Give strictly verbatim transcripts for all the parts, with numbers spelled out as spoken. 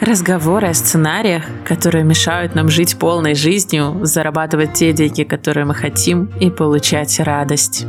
Разговоры о сценариях, которые мешают нам жить полной жизнью, зарабатывать те деньги, которые мы хотим, и получать радость.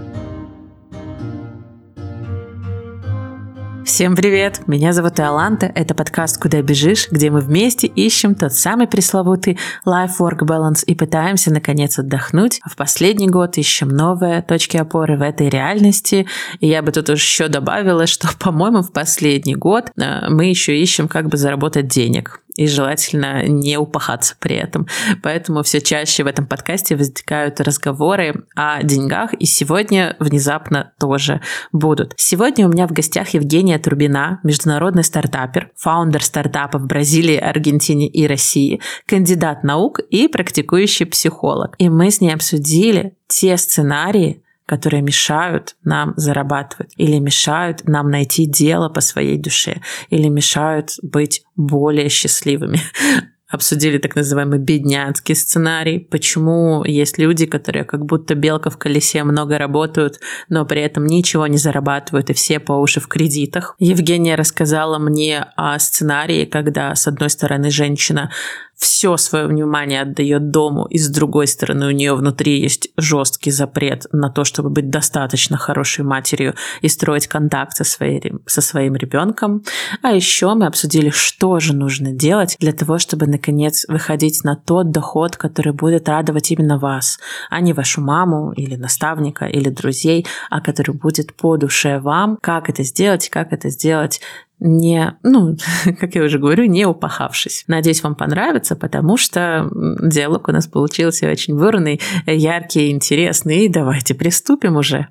Всем привет! Меня зовут Иоланта. Это подкаст «Куда бежишь?», где мы вместе ищем тот самый пресловутый life-work balance и пытаемся, наконец, отдохнуть. А в последний год ищем новые точки опоры в этой реальности. И я бы тут еще добавила, что, по-моему, в последний год мы еще ищем, как бы заработать денег. И желательно не упахаться при этом. Поэтому все чаще в этом подкасте возникают разговоры о деньгах, и сегодня внезапно тоже будут. Сегодня у меня в гостях Евгения Трубина, международный стартапер, фаундер стартапов в Бразилии, Аргентине и России, кандидат наук и практикующий психолог. И мы с ней обсудили те сценарии, которые мешают нам зарабатывать, или мешают нам найти дело по своей душе, или мешают быть более счастливыми. Обсудили так называемый бедняцкий сценарий, почему есть люди, которые как будто белка в колесе много работают, но при этом ничего не зарабатывают, и все по уши в кредитах. Евгения рассказала мне о сценарии, когда, с одной стороны, женщина все свое внимание отдает дому, и с другой стороны у нее внутри есть жесткий запрет на то, чтобы быть достаточно хорошей матерью и строить контакт со, своей, со своим ребенком. А еще мы обсудили, что же нужно делать для того, чтобы наконец выходить на тот доход, который будет радовать именно вас, а не вашу маму или наставника или друзей, а который будет по душе вам. Как это сделать, как это сделать не, ну, как я уже говорю, не упахавшись. Надеюсь, вам понравится, потому что диалог у нас получился очень бурный, яркий, интересный. И давайте приступим уже.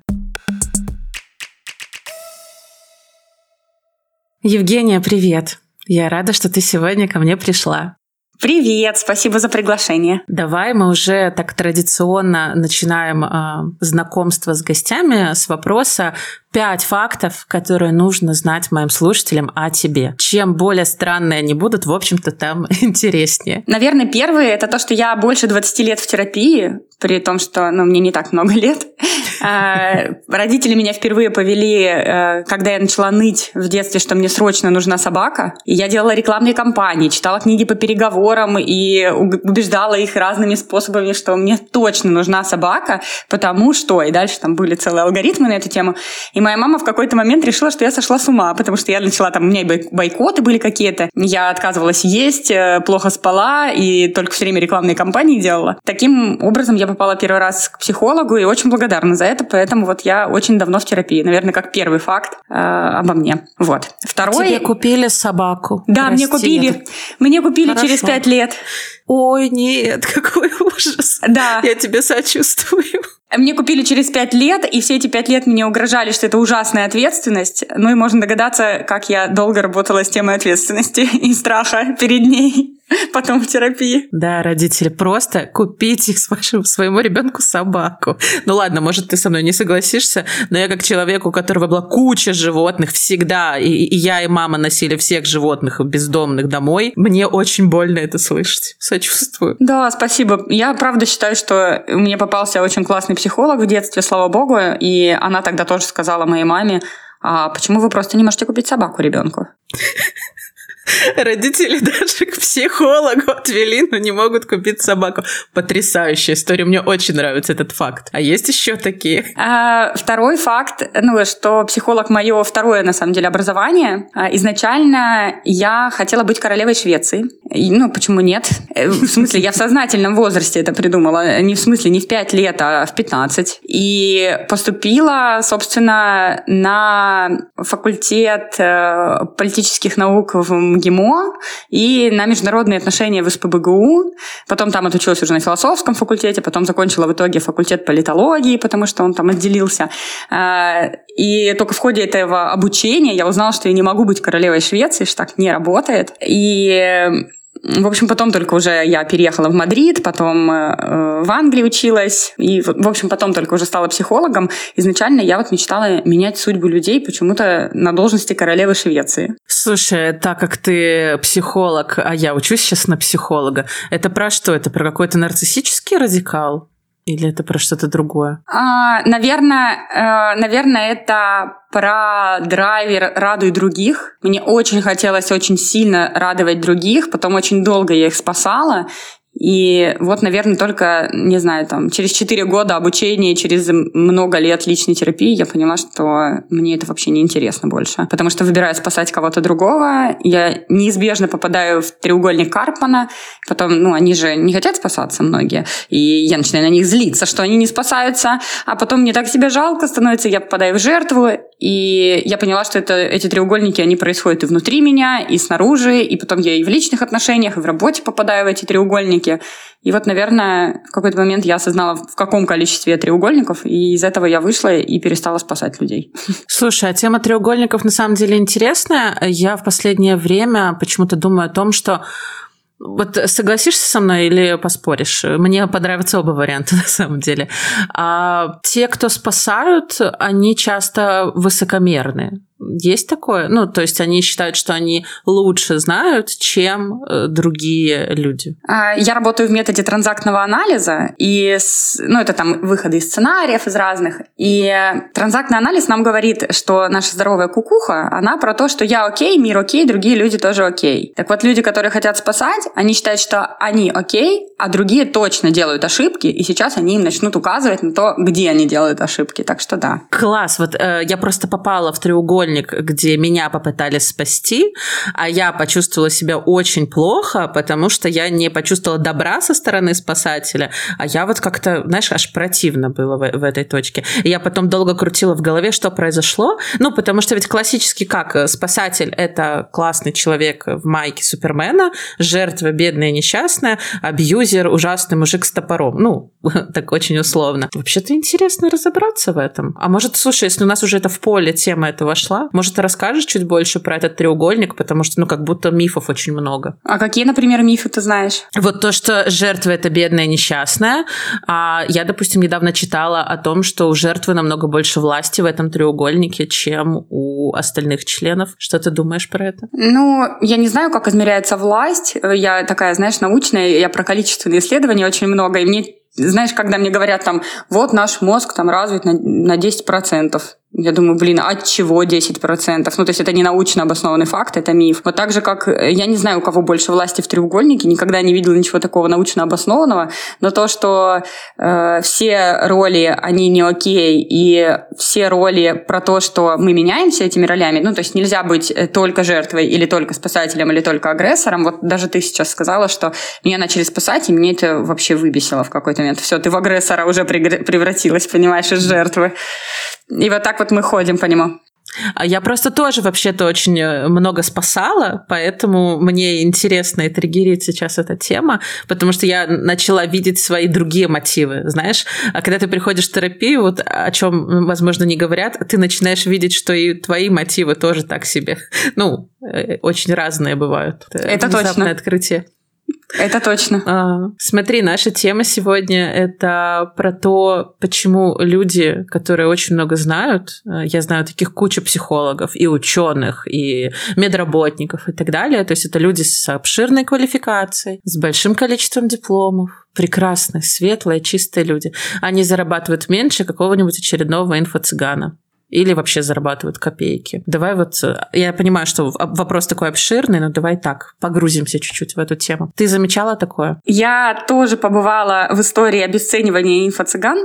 Евгения, привет! Я рада, что ты сегодня ко мне пришла. Привет, спасибо за приглашение. Давай мы уже так традиционно начинаем э, знакомство с гостями с вопроса пять фактов, которые нужно знать моим слушателям о тебе. Чем более странные они будут, в общем-то, там интереснее. Наверное, первый — это то, что я больше двадцати лет в терапии, при том, что ну, мне не так много лет. Родители меня впервые повели, когда я начала ныть в детстве, что мне срочно нужна собака. И я делала рекламные кампании, читала книги по переговорам и убеждала их разными способами, что мне точно нужна собака, потому что... И дальше там были целые алгоритмы на эту тему. И моя мама в какой-то момент решила, что я сошла с ума, потому что я начала, там, у меня и бойкоты были какие-то, я отказывалась есть, плохо спала и только все время рекламные кампании делала. Таким образом я попала первый раз к психологу и очень благодарна за это, поэтому вот я очень давно в терапии. Наверное, как первый факт э, обо мне. Вот. Второй... Тебе купили собаку. Да, Прости, мне купили. Это... Мне купили Хорошо. Через пять лет. Ой, нет, какой ужас. Да. Я тебе сочувствую. Мне купили через пять лет, и все эти пять лет мне угрожали, что это ужасная ответственность. Ну и можно догадаться, как я долго работала с темой ответственности и страха перед ней. Потом в терапии. Да, родители, просто купите вашему, своему ребенку собаку. Ну ладно, может, ты со мной не согласишься, но я как человек, у которого была куча животных всегда, и, и я, и мама носили всех животных бездомных домой, мне очень больно это слышать. Сочувствую. Да, спасибо. Я правда считаю, что мне попался очень классный психолог в детстве, слава богу, и она тогда тоже сказала моей маме: а почему вы просто не можете купить собаку ребенку? Родители даже к психологу отвели, но не могут купить собаку. Потрясающая история. Мне очень нравится этот факт. А есть еще такие? А, второй факт, ну, что психолог — мое второе, на самом деле, образование. А, изначально я хотела быть королевой Швеции. И, ну, почему нет? В смысле, я в сознательном возрасте это придумала. Не в смысле не в пять лет, а в пятнадцать. И поступила, собственно, на факультет политических наук в МГИМО и на международные отношения в СПбГУ. Потом там отучилась уже на философском факультете, потом закончила в итоге факультет политологии, потому что он там отделился. И только в ходе этого обучения я узнала, что я не могу быть королевой Швеции, что так не работает. И... В общем, потом только уже я переехала в Мадрид, потом э, в Англии училась, и, в общем, потом только уже стала психологом. Изначально я вот мечтала менять судьбу людей почему-то на должности королевы Швеции. Слушай, так как ты психолог, а я учусь сейчас на психолога, это про что? Это про какой-то нарциссический радикал? Или это про что-то другое? А, наверное, э, наверное, это про драйвер «радуй других». Мне очень хотелось очень сильно радовать других, потом очень долго я их спасала. И вот, наверное, только, не знаю, там, через четыре года обучения, через много лет личной терапии я поняла, что мне это вообще не интересно больше. Потому что, выбирая спасать кого-то другого, я неизбежно попадаю в треугольник Карпмана. Потом, ну, они же не хотят спасаться многие. И я начинаю на них злиться, что они не спасаются. А потом мне так себя жалко становится, я попадаю в жертву. И я поняла, что это, эти треугольники, они происходят и внутри меня, и снаружи. И потом я и в личных отношениях, и в работе попадаю в эти треугольники. И вот, наверное, в какой-то момент я осознала, в каком количестве треугольников, и из этого я вышла и перестала спасать людей. Слушай, а тема треугольников на самом деле интересная. Я в последнее время почему-то думаю о том, что вот согласишься со мной или поспоришь? Мне понравятся оба варианта, на самом деле. А те, кто спасают, они часто высокомерные. Есть такое? Ну, то есть они считают, что они лучше знают, чем э, другие люди. Я работаю в методе транзактного анализа, и, ну, это там выходы из сценариев, из разных. И транзактный анализ нам говорит, что наша здоровая кукуха, она про то, что я окей, мир окей, другие люди тоже окей. Так вот, люди, которые хотят спасать, они считают, что они окей, а другие точно делают ошибки, и сейчас они им начнут указывать на то, где они делают ошибки. Так что да. Класс. Вот э, я просто попала в треугольник, где меня попытались спасти, а я почувствовала себя очень плохо, потому что я не почувствовала добра со стороны спасателя, а я вот как-то, знаешь, аж противно было в, в этой точке. И я потом долго крутила в голове, что произошло. Ну, потому что ведь классически как? Спасатель — это классный человек в майке Супермена, жертва бедная и несчастная, абьюзер, ужасный мужик с топором. Ну, так очень условно. Вообще-то интересно разобраться в этом. А может, слушай, если у нас уже это в поле тема эта вошла, может, ты расскажешь чуть больше про этот треугольник, потому что, ну, как будто мифов очень много. А какие, например, мифы ты знаешь? Вот то, что жертва — это бедная несчастная. А я, допустим, недавно читала о том, что у жертвы намного больше власти в этом треугольнике, чем у остальных членов. Что ты думаешь про это? Ну, я не знаю, как измеряется власть. Я такая, знаешь, научная, я про количественные исследования очень много, и мне, знаешь, когда мне говорят там, вот наш мозг там развит на, на десять процентов. Я думаю, блин, от чего десять процентов? Ну, то есть это не научно обоснованный факт, это миф. Вот так же, как я не знаю, у кого больше власти в треугольнике, никогда не видела ничего такого научно обоснованного, но то, что э, все роли, они не окей, и все роли про то, что мы меняемся этими ролями, ну, то есть нельзя быть только жертвой или только спасателем, или только агрессором. Вот даже ты сейчас сказала, что меня начали спасать, и мне это вообще выбесило в какой-то момент. Все, ты в агрессора уже превратилась, понимаешь, из жертвы. И вот так вот мы ходим по нему. Я просто тоже вообще-то очень много спасала, поэтому мне интересно и триггерит сейчас эта тема, потому что я начала видеть свои другие мотивы, знаешь. А когда ты приходишь в терапию, вот о чем, возможно, не говорят, ты начинаешь видеть, что и твои мотивы тоже так себе. Ну, очень разные бывают. Это точно. Открытие. Это точно. А, смотри, наша тема сегодня — это про то, почему люди, которые очень много знают, я знаю таких кучу психологов и ученых, и медработников и так далее, то есть это люди с обширной квалификацией, с большим количеством дипломов, прекрасные, светлые, чистые люди. Они зарабатывают меньше какого-нибудь очередного инфо-цыгана. Или вообще зарабатывают копейки. Давай вот... Я понимаю, что вопрос такой обширный, но давай так, погрузимся чуть-чуть в эту тему. Ты замечала такое? Я тоже побывала в истории обесценивания инфо-цыган.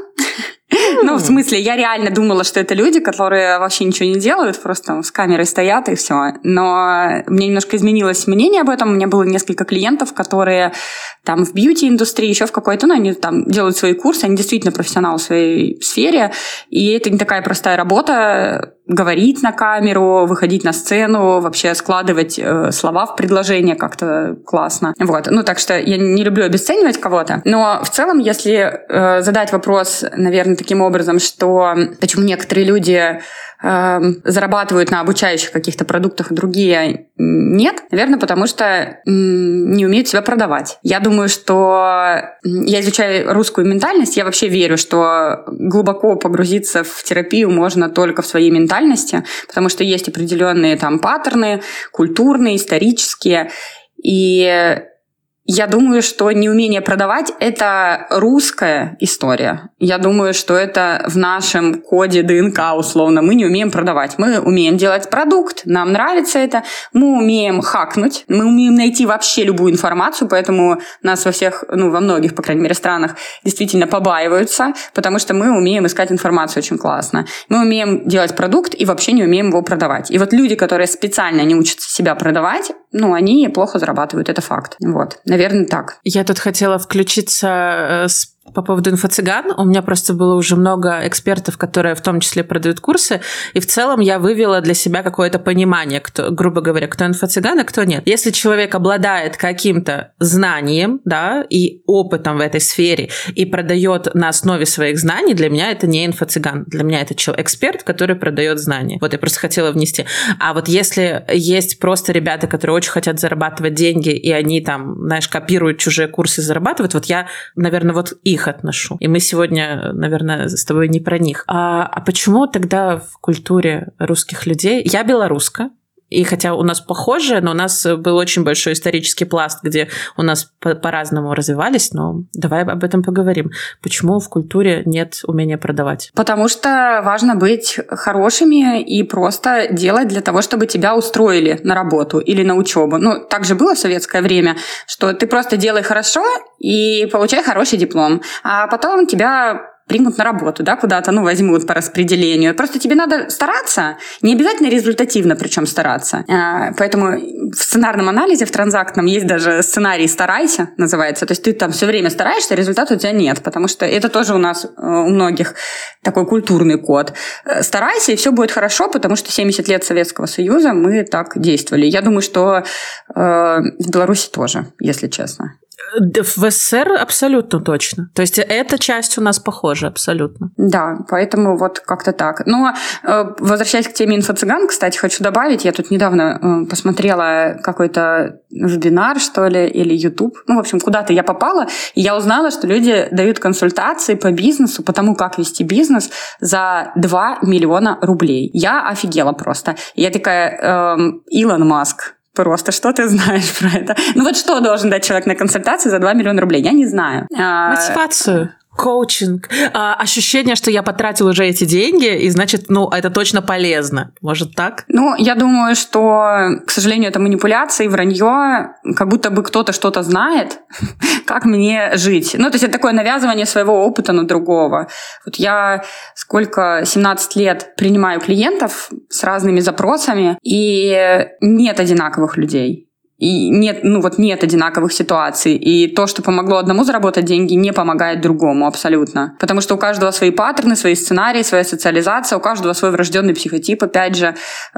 Ну, в смысле, я реально думала, что это люди, которые вообще ничего не делают, просто с камерой стоят и все. Но мне немножко изменилось мнение об этом. У меня было несколько клиентов, которые там в бьюти-индустрии, еще в какой-то, ну, они там делают свои курсы, они действительно профессионалы в своей сфере, и это не такая простая работа, говорить на камеру, выходить на сцену, вообще складывать э, слова в предложение как-то классно. Вот. Ну, так что я не люблю обесценивать кого-то, но в целом, если э, задать вопрос, наверное, таким образом, что почему некоторые люди э, зарабатывают на обучающих каких-то продуктах, а другие нет, наверное, потому что э, не умеют себя продавать. Я думаю, что я изучаю русскую ментальность, я вообще верю, что глубоко погрузиться в терапию можно только в своей ментальности, потому что есть определенные там паттерны, культурные, исторические, и Я думаю, что неумение продавать – это русская история. Я думаю, что это в нашем коде ДНК, условно. Мы не умеем продавать. Мы умеем делать продукт, нам нравится это. Мы умеем хакнуть, мы умеем найти вообще любую информацию, поэтому нас во всех, ну, во многих, по крайней мере, странах действительно побаиваются, потому что мы умеем искать информацию очень классно. Мы умеем делать продукт и вообще не умеем его продавать. И вот люди, которые специально не учатся себя продавать, ну, они плохо зарабатывают, это факт. Вот, наверное, так. Я тут хотела включиться с по поводу инфо-цыган. У меня просто было уже много экспертов, которые в том числе продают курсы, и в целом я вывела для себя какое-то понимание, кто, грубо говоря, кто инфо-цыган, а кто нет. Если человек обладает каким-то знанием, да, и опытом в этой сфере, и продает на основе своих знаний, для меня это не инфо-цыган. Для меня это эксперт, который продает знания. Вот я просто хотела внести. А вот если есть просто ребята, которые очень хотят зарабатывать деньги, и они там, знаешь, копируют чужие курсы и зарабатывают, вот я, наверное, вот их отношу. И мы сегодня, наверное, с тобой не про них. А, а почему тогда в культуре русских людей... Я белоруска, и хотя у нас похоже, но у нас был очень большой исторический пласт, где у нас по- по-разному развивались, но давай об этом поговорим. Почему в культуре нет умения продавать? Потому что важно быть хорошими и просто делать для того, чтобы тебя устроили на работу или на учебу. Ну, так же было в советское время, что ты просто делай хорошо и получай хороший диплом, а потом тебя примут на работу, да, куда-то, ну, возьмут по распределению. Просто тебе надо стараться, не обязательно результативно, причем стараться. Поэтому в сценарном анализе, в транзактном, есть даже сценарий «старайся», называется. То есть ты там все время стараешься, результата у тебя нет, потому что это тоже у нас, у многих, такой культурный код. Старайся, и все будет хорошо, потому что семьдесят лет Советского Союза мы так действовали. Я думаю, что э, в Беларуси тоже, если честно. В СССР абсолютно точно. То есть эта часть у нас похожа абсолютно. Да, поэтому вот как-то так. Но возвращаясь к теме инфо-цыган, кстати, хочу добавить, я тут недавно посмотрела какой-то вебинар, что ли, или YouTube. Ну, в общем, куда-то я попала, и я узнала, что люди дают консультации по бизнесу, по тому, как вести бизнес за два миллиона рублей. Я офигела просто. Я такая, эм, Илон Маск, просто, что ты знаешь про это? Ну вот что должен дать человек на консультацию за два миллиона рублей? Я не знаю. Мотивацию. Коучинг, а, ощущение, что я потратил уже эти деньги, и значит, ну, это точно полезно. Может так? Ну, я думаю, что, к сожалению, это манипуляция и вранье, как будто бы кто-то что-то знает, как мне жить. Ну, то есть это такое навязывание своего опыта на другого. Вот я сколько, семнадцать лет принимаю клиентов с разными запросами, и нет одинаковых людей. И нет, ну вот нет одинаковых ситуаций. И то, что помогло одному заработать деньги, не помогает другому абсолютно. Потому что у каждого свои паттерны, свои сценарии, своя социализация, у каждого свой врожденный психотип, опять же,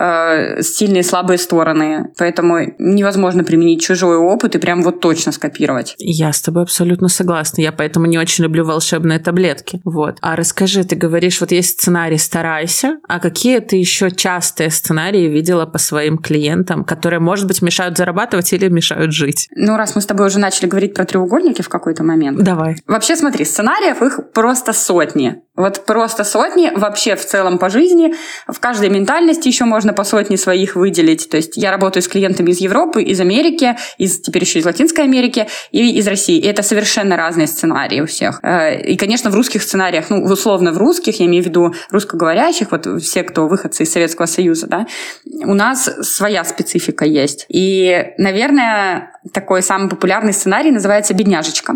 э, сильные и слабые стороны. Поэтому невозможно применить чужой опыт и прям вот точно скопировать. Я с тобой абсолютно согласна. Я поэтому не очень люблю волшебные таблетки. Вот. А расскажи, ты говоришь, вот есть сценарий «Старайся», а какие ты еще частые сценарии видела по своим клиентам, которые, может быть, мешают зарабатывать или мешают жить? Ну, раз мы с тобой уже начали говорить про треугольники в какой-то момент. Давай. Вообще, смотри, сценариев их просто сотни. Вот просто сотни вообще в целом по жизни. В каждой ментальности еще можно по сотне своих выделить. То есть я работаю с клиентами из Европы, из Америки, из, теперь еще из Латинской Америки и из России. И это совершенно разные сценарии у всех. И, конечно, в русских сценариях, ну, условно в русских, я имею в виду русскоговорящих, вот все, кто выходцы из Советского Союза, да, у нас своя специфика есть. И, наверное, такой самый популярный сценарий называется «бедняжечка».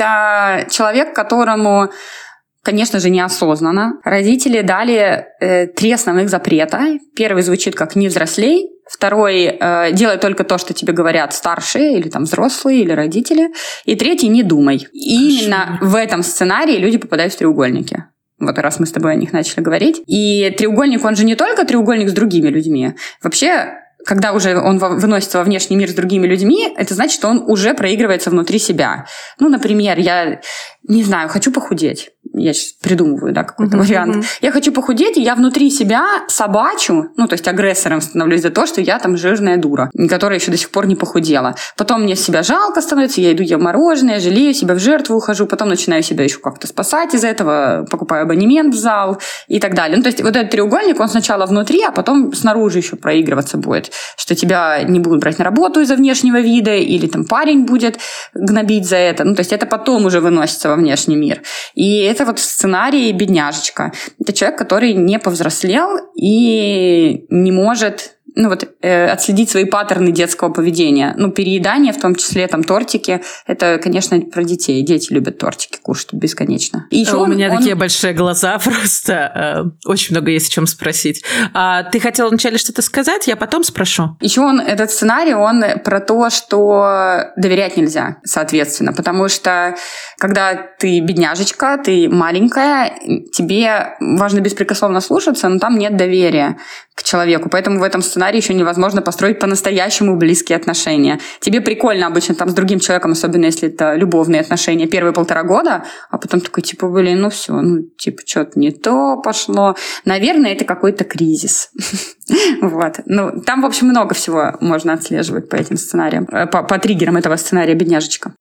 Это человек, которому, конечно же, неосознанно родители дали э, три основных запрета. Первый звучит как «не взрослей», второй э, «делай только то, что тебе говорят старшие или там взрослые или родители», и третий «не думай». И именно в этом сценарии люди попадают в треугольники. Вот раз мы с тобой о них начали говорить. И треугольник, он же не только треугольник с другими людьми. Вообще, когда уже он выносится во внешний мир с другими людьми, это значит, что он уже проигрывается внутри себя. Ну, например, я, не знаю, хочу похудеть. я сейчас придумываю, да, какой-то uh-huh, вариант. Uh-huh. Я хочу похудеть, и я внутри себя собачу, ну, то есть агрессором становлюсь за то, что я там жирная дура, которая еще до сих пор не похудела. Потом мне себя жалко становится, я иду ем мороженое, жалею себя, в жертву ухожу, потом начинаю себя еще как-то спасать из этого, покупаю абонемент в зал и так далее. Ну, то есть вот этот треугольник, он сначала внутри, а потом снаружи еще проигрываться будет, что тебя не будут брать на работу из-за внешнего вида, или там парень будет гнобить за это. Ну, то есть это потом уже выносится во внешний мир. И это вот сценарий бедняжечка. Это человек, который не повзрослел и не может... ну вот, э, отследить свои паттерны детского поведения. Ну, переедание, в том числе там тортики, это, конечно, про детей. Дети любят тортики кушать бесконечно. И еще у он, меня он... такие большие глаза просто. Э, очень много есть о чем спросить. А ты хотела вначале что-то сказать, я потом спрошу. Еще он, этот сценарий, он про то, что доверять нельзя, соответственно. Потому что, когда ты бедняжечка, ты маленькая, тебе важно беспрекословно слушаться, но там нет доверия к человеку. Поэтому в этом сценарии еще невозможно построить по-настоящему близкие отношения. Тебе прикольно обычно там с другим человеком, особенно если это любовные отношения, первые полтора года, а потом такой, типа, блин, ну все, ну, типа, что-то не то пошло. Наверное, это какой-то кризис. Вот. Ну, там, в общем, много всего можно отслеживать по этим сценариям, по, по триггерам этого сценария «Бедняжечка».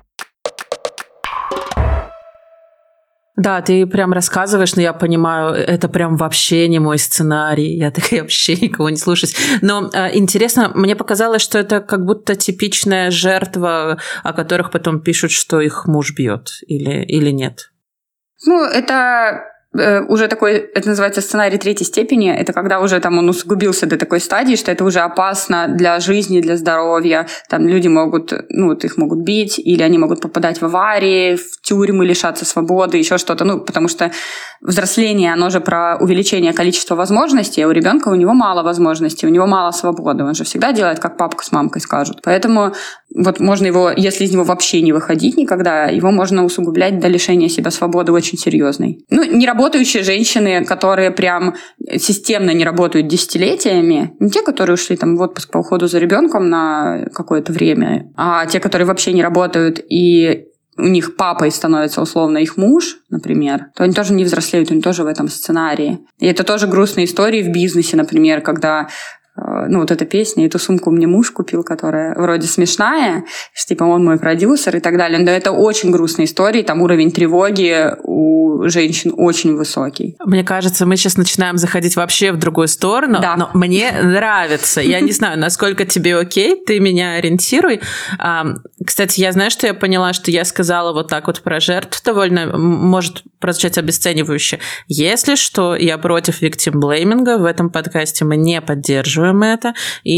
Да, ты прям рассказываешь, но я понимаю, это прям вообще не мой сценарий. Я такая вообще никого не слушаюсь. Но э, интересно, мне показалось, что это как будто типичная жертва, о которых потом пишут, что их муж бьет, или, или нет? Ну, это... уже такой, это называется сценарий третьей степени, это когда уже там он усугубился до такой стадии, что это уже опасно для жизни, для здоровья, там люди могут, ну вот их могут бить, или они могут попадать в аварии, в тюрьмы, лишаться свободы, еще что-то, ну потому что взросление, оно же про увеличение количества возможностей, а у ребенка у него мало возможностей, у него мало свободы, он же всегда делает, как папка с мамкой скажут, поэтому вот можно его, если из него вообще не выходить никогда, его можно усугублять до лишения себя свободы очень серьезной. Ну, не работающие женщины, которые прям системно не работают десятилетиями, не те, которые ушли там в отпуск по уходу за ребенком на какое-то время, а те, которые вообще не работают и у них папой становится условно их муж, например, то они тоже не взрослеют, они тоже в этом сценарии. И это тоже грустные истории в бизнесе, например, когда ну, вот эта песня, эту сумку мне муж купил, которая вроде смешная, что, типа, он мой продюсер и так далее. Но это очень грустные истории, там уровень тревоги у женщин очень высокий. Мне кажется, мы сейчас начинаем заходить вообще в другую сторону, да. Но мне нравится. Я не знаю, насколько тебе окей, ты меня ориентируй. Кстати, я знаю, что я поняла, что я сказала вот так вот про жертв довольно, может прозвучать обесценивающе. Если что, я против виктимблейминга, в этом подкасте мы не поддерживаем это,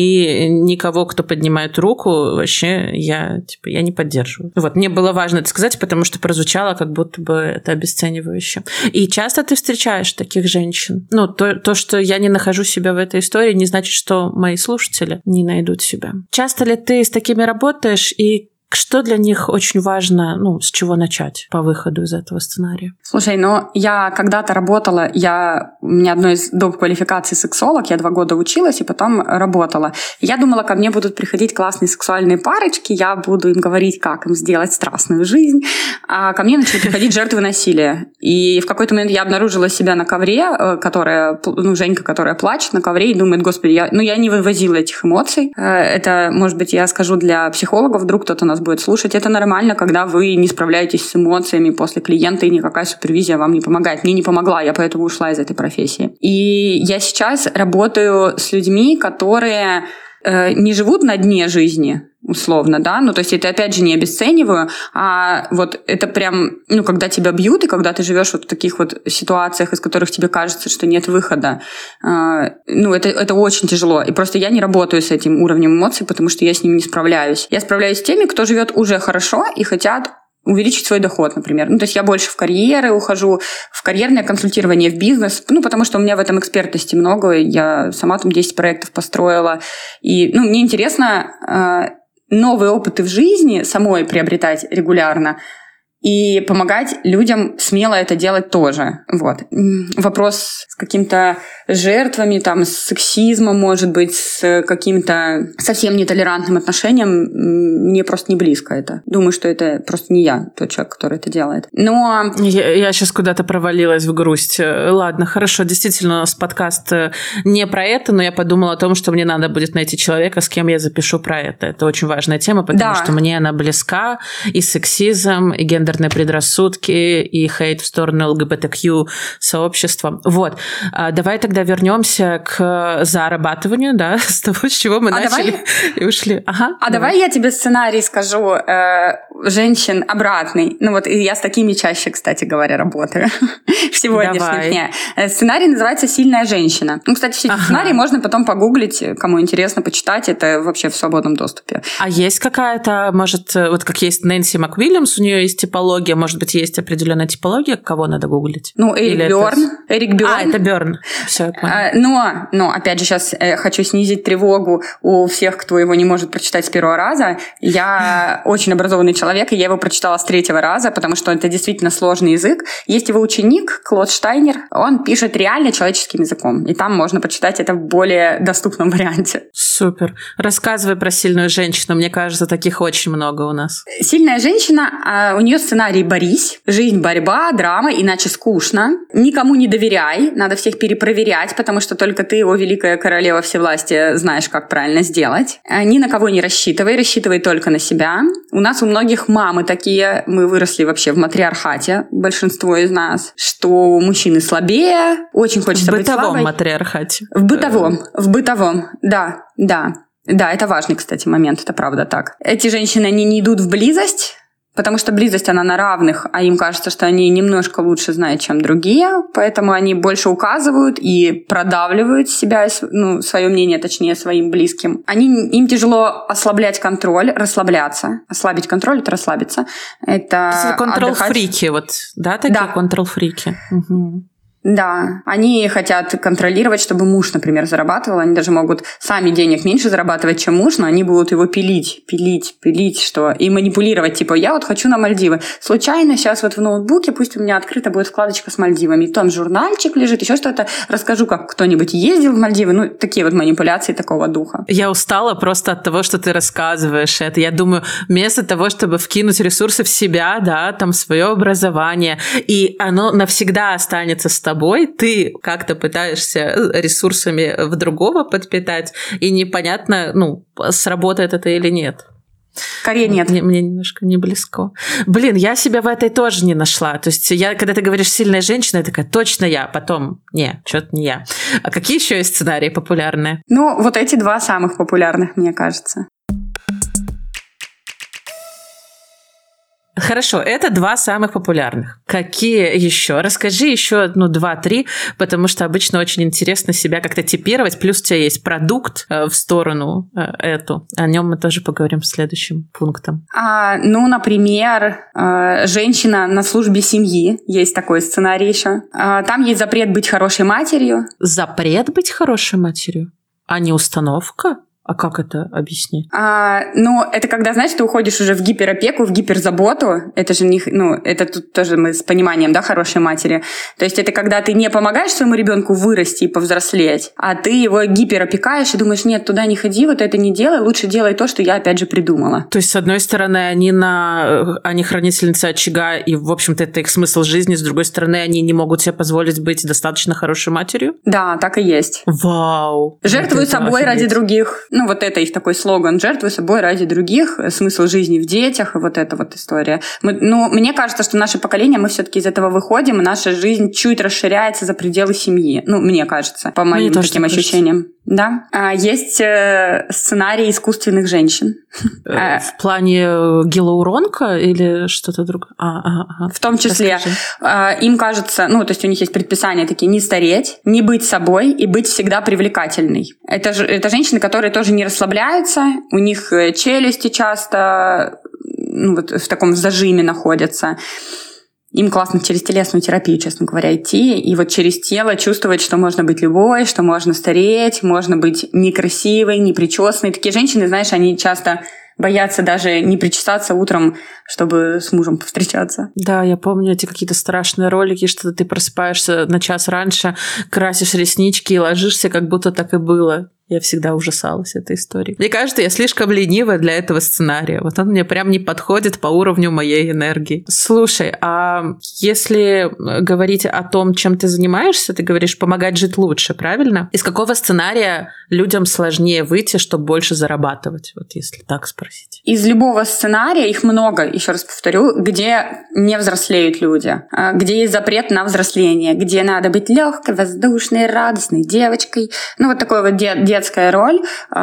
и никого, кто поднимает руку, вообще я, типа, я не поддерживаю. Вот, мне было важно это сказать, потому что прозвучало, как будто бы это обесценивающе. И часто ты встречаешь таких женщин. Ну, то, то, что я не нахожу себя в этой истории, не значит, что мои слушатели не найдут себя. Часто ли ты с такими работаешь, и что для них очень важно, ну, с чего начать по выходу из этого сценария? Слушай, ну, я когда-то работала, я, у меня одной из доп. Квалификаций сексолог, я два года училась и потом работала. Я думала, ко мне будут приходить классные сексуальные парочки, я буду им говорить, как им сделать страстную жизнь, а ко мне начали приходить жертвы насилия. И в какой-то момент я обнаружила себя на ковре, которая, ну, Женька, которая плачет на ковре и думает, господи, я, ну, я не вывозила этих эмоций. Это, может быть, я скажу для психологов, вдруг кто-то нас будет слушать. Это нормально, когда вы не справляетесь с эмоциями после клиента, и никакая супервизия вам не помогает. Мне не помогла, я поэтому ушла из этой профессии. И я сейчас работаю с людьми, которые э, не живут на дне жизни, условно, да, ну, то есть это, опять же, не обесцениваю, а вот это прям, ну, когда тебя бьют, и когда ты живешь вот в таких вот ситуациях, из которых тебе кажется, что нет выхода, э, ну, это, это очень тяжело, и просто я не работаю с этим уровнем эмоций, потому что я с ним не справляюсь. Я справляюсь с теми, кто живет уже хорошо и хотят увеличить свой доход, например. Ну, то есть я больше в карьеры ухожу, в карьерное консультирование, в бизнес, ну, потому что у меня в этом экспертности много, я сама там десять проектов построила, и, ну, мне интересно э, новые опыты в жизни самой приобретать регулярно, и помогать людям смело это делать тоже. Вот. Вопрос с какими-то жертвами, там, с сексизмом, может быть, с каким-то совсем нетолерантным отношением мне просто не близко это. Думаю, что это просто не я, тот человек, который это делает. Но... Я, я сейчас куда-то провалилась в грусть. Ладно, хорошо, действительно, у нас подкаст не про это, но я подумала о том, что мне надо будет найти человека, с кем я запишу про это. Это очень важная тема, потому да. что мне она близка. И сексизм, и гендерные предрассудки, и хейт в сторону эл гэ бэ тэ кью сообщества. Вот. Давай тогда вернемся к зарабатыванию, да, с того, с чего мы а начали давай... и ушли. Ага, а давай. давай я тебе сценарий скажу э, женщин обратный. Ну вот, и я с такими чаще, кстати говоря, работаю в сегодняшнем дне. Сценарий называется «Сильная женщина». Ну, кстати, все эти ага. сценарии можно потом погуглить, кому интересно, почитать. Это вообще в свободном доступе. А есть какая-то, может, вот как есть Нэнси МакВильямс, у нее есть типология, может быть, есть определенная типология, кого надо гуглить? Ну, Эрик Бёрн. Это... Эрик Бёрн. А, это Бёрн. Все, а, но, но, опять же, сейчас э, хочу снизить тревогу у всех, кто его не может прочитать с первого раза. Я очень образованный человек, и я его прочитала с третьего раза, потому что это действительно сложный язык. Есть его ученик, Клод Штайнер, он пишет реально человеческим языком, и там можно почитать это в более доступном варианте. Супер. Рассказывай про сильную женщину. Мне кажется, таких очень много у нас. Сильная женщина, у нее сценарий «Борись». Жизнь, борьба, драма, иначе скучно. Никому не доверяй, надо всех перепроверять, потому что только ты, о великая королева всевластия, знаешь, как правильно сделать. Ни на кого не рассчитывай, рассчитывай только на себя. У нас у многих мамы такие, мы выросли вообще в матриархате, большинство из нас, что мужчины слабее, очень хочется быть слабой. В бытовом матриархате. В бытовом, в бытовом, да, да. Да, это важный, кстати, момент, это правда так. Эти женщины, они не идут в близость, потому что близость, она на равных, а им кажется, что они немножко лучше знают, чем другие, поэтому они больше указывают и продавливают себя, ну, свое мнение, точнее, своим близким. Они, им тяжело ослаблять контроль, расслабляться. Ослабить контроль — это расслабиться. Это контрол-фрики, вот, да, такие да. контрол-фрики. Угу. Да, они хотят контролировать, чтобы муж, например, зарабатывал. Они даже могут сами денег меньше зарабатывать, чем муж, но они будут его пилить, пилить, пилить, что и манипулировать. Типа, я вот хочу на Мальдивы. Случайно сейчас вот в ноутбуке пусть у меня открыта будет вкладочка с Мальдивами. Там журнальчик лежит, еще что-то. Расскажу, как кто-нибудь ездил в Мальдивы. Ну, такие вот манипуляции такого духа. Я устала просто от того, что ты рассказываешь это. Я думаю, вместо того, чтобы вкинуть ресурсы в себя, да, там, свое образование, и оно навсегда останется с тобой, ты как-то пытаешься ресурсами в другого подпитать, и непонятно, ну, сработает это или нет. Скорее нет. Мне, мне немножко не близко. Блин, я себя в этой тоже не нашла. То есть я, когда ты говоришь «сильная женщина», я такая, точно я. Потом, не, что-то не я. А какие еще есть сценарии популярные? Ну, вот эти два самых популярных, мне кажется. Хорошо, это два самых популярных. Какие еще? Расскажи еще, ну, два-три, потому что обычно очень интересно себя как-то типировать. Плюс у тебя есть продукт э, в сторону э, эту. О нем мы тоже поговорим следующим пунктом. А, ну, например, э, женщина на службе семьи. Есть такой сценарий еще. А, там есть запрет быть хорошей матерью. Запрет быть хорошей матерью? А не установка? А как это? Объясни. А, ну, это когда, знаешь, ты уходишь уже в гиперопеку, в гиперзаботу. Это же не... Ну, это тут тоже мы с пониманием, да, хорошей матери. То есть это когда ты не помогаешь своему ребенку вырасти и повзрослеть, а ты его гиперопекаешь и думаешь, нет, туда не ходи, вот это не делай, лучше делай то, что я опять же придумала. То есть, с одной стороны, они, на... они хранительницы очага, и, в общем-то, это их смысл жизни. С другой стороны, они не могут себе позволить быть достаточно хорошей матерью? Да, так и есть. Вау! Жертвуй собой ради других. Ну, вот это их такой слоган «Жертвуй собой ради других», смысл жизни в детях, и вот эта вот история. Мы, ну, мне кажется, что наше поколение, мы все-таки из этого выходим, и наша жизнь чуть расширяется за пределы семьи. Ну, мне кажется, по моим мне таким ощущениям. Кажется. Да. А, есть э, сценарий искусственных женщин. В плане гиалуронка или что-то другое? А, ага, ага. В том числе. Расскажи. Им кажется, ну, то есть у них есть предписания такие: не стареть, не быть собой и быть всегда привлекательной. Это, это женщины, которые тоже не расслабляются, у них челюсти часто, ну, вот в таком зажиме находятся. Им классно через телесную терапию, честно говоря, идти. И вот через тело чувствовать, что можно быть любой, что можно стареть, можно быть некрасивой, непричесанной. Такие женщины, знаешь, они часто боятся даже не причесаться утром, чтобы с мужем повстречаться. Да, я помню эти какие-то страшные ролики, что ты просыпаешься на час раньше, красишь реснички и ложишься, как будто так и было. Я всегда ужасалась этой историей. Мне кажется, я слишком ленивая для этого сценария. Вот он мне прям не подходит по уровню моей энергии. Слушай, а если говорить о том, чем ты занимаешься, ты говоришь помогать жить лучше, правильно? Из какого сценария людям сложнее выйти, чтобы больше зарабатывать? Вот если так спросить. Из любого сценария, их много, еще раз повторю, где не взрослеют люди, где есть запрет на взросление, где надо быть легкой, воздушной, радостной девочкой. Ну, вот такой вот дед детская роль,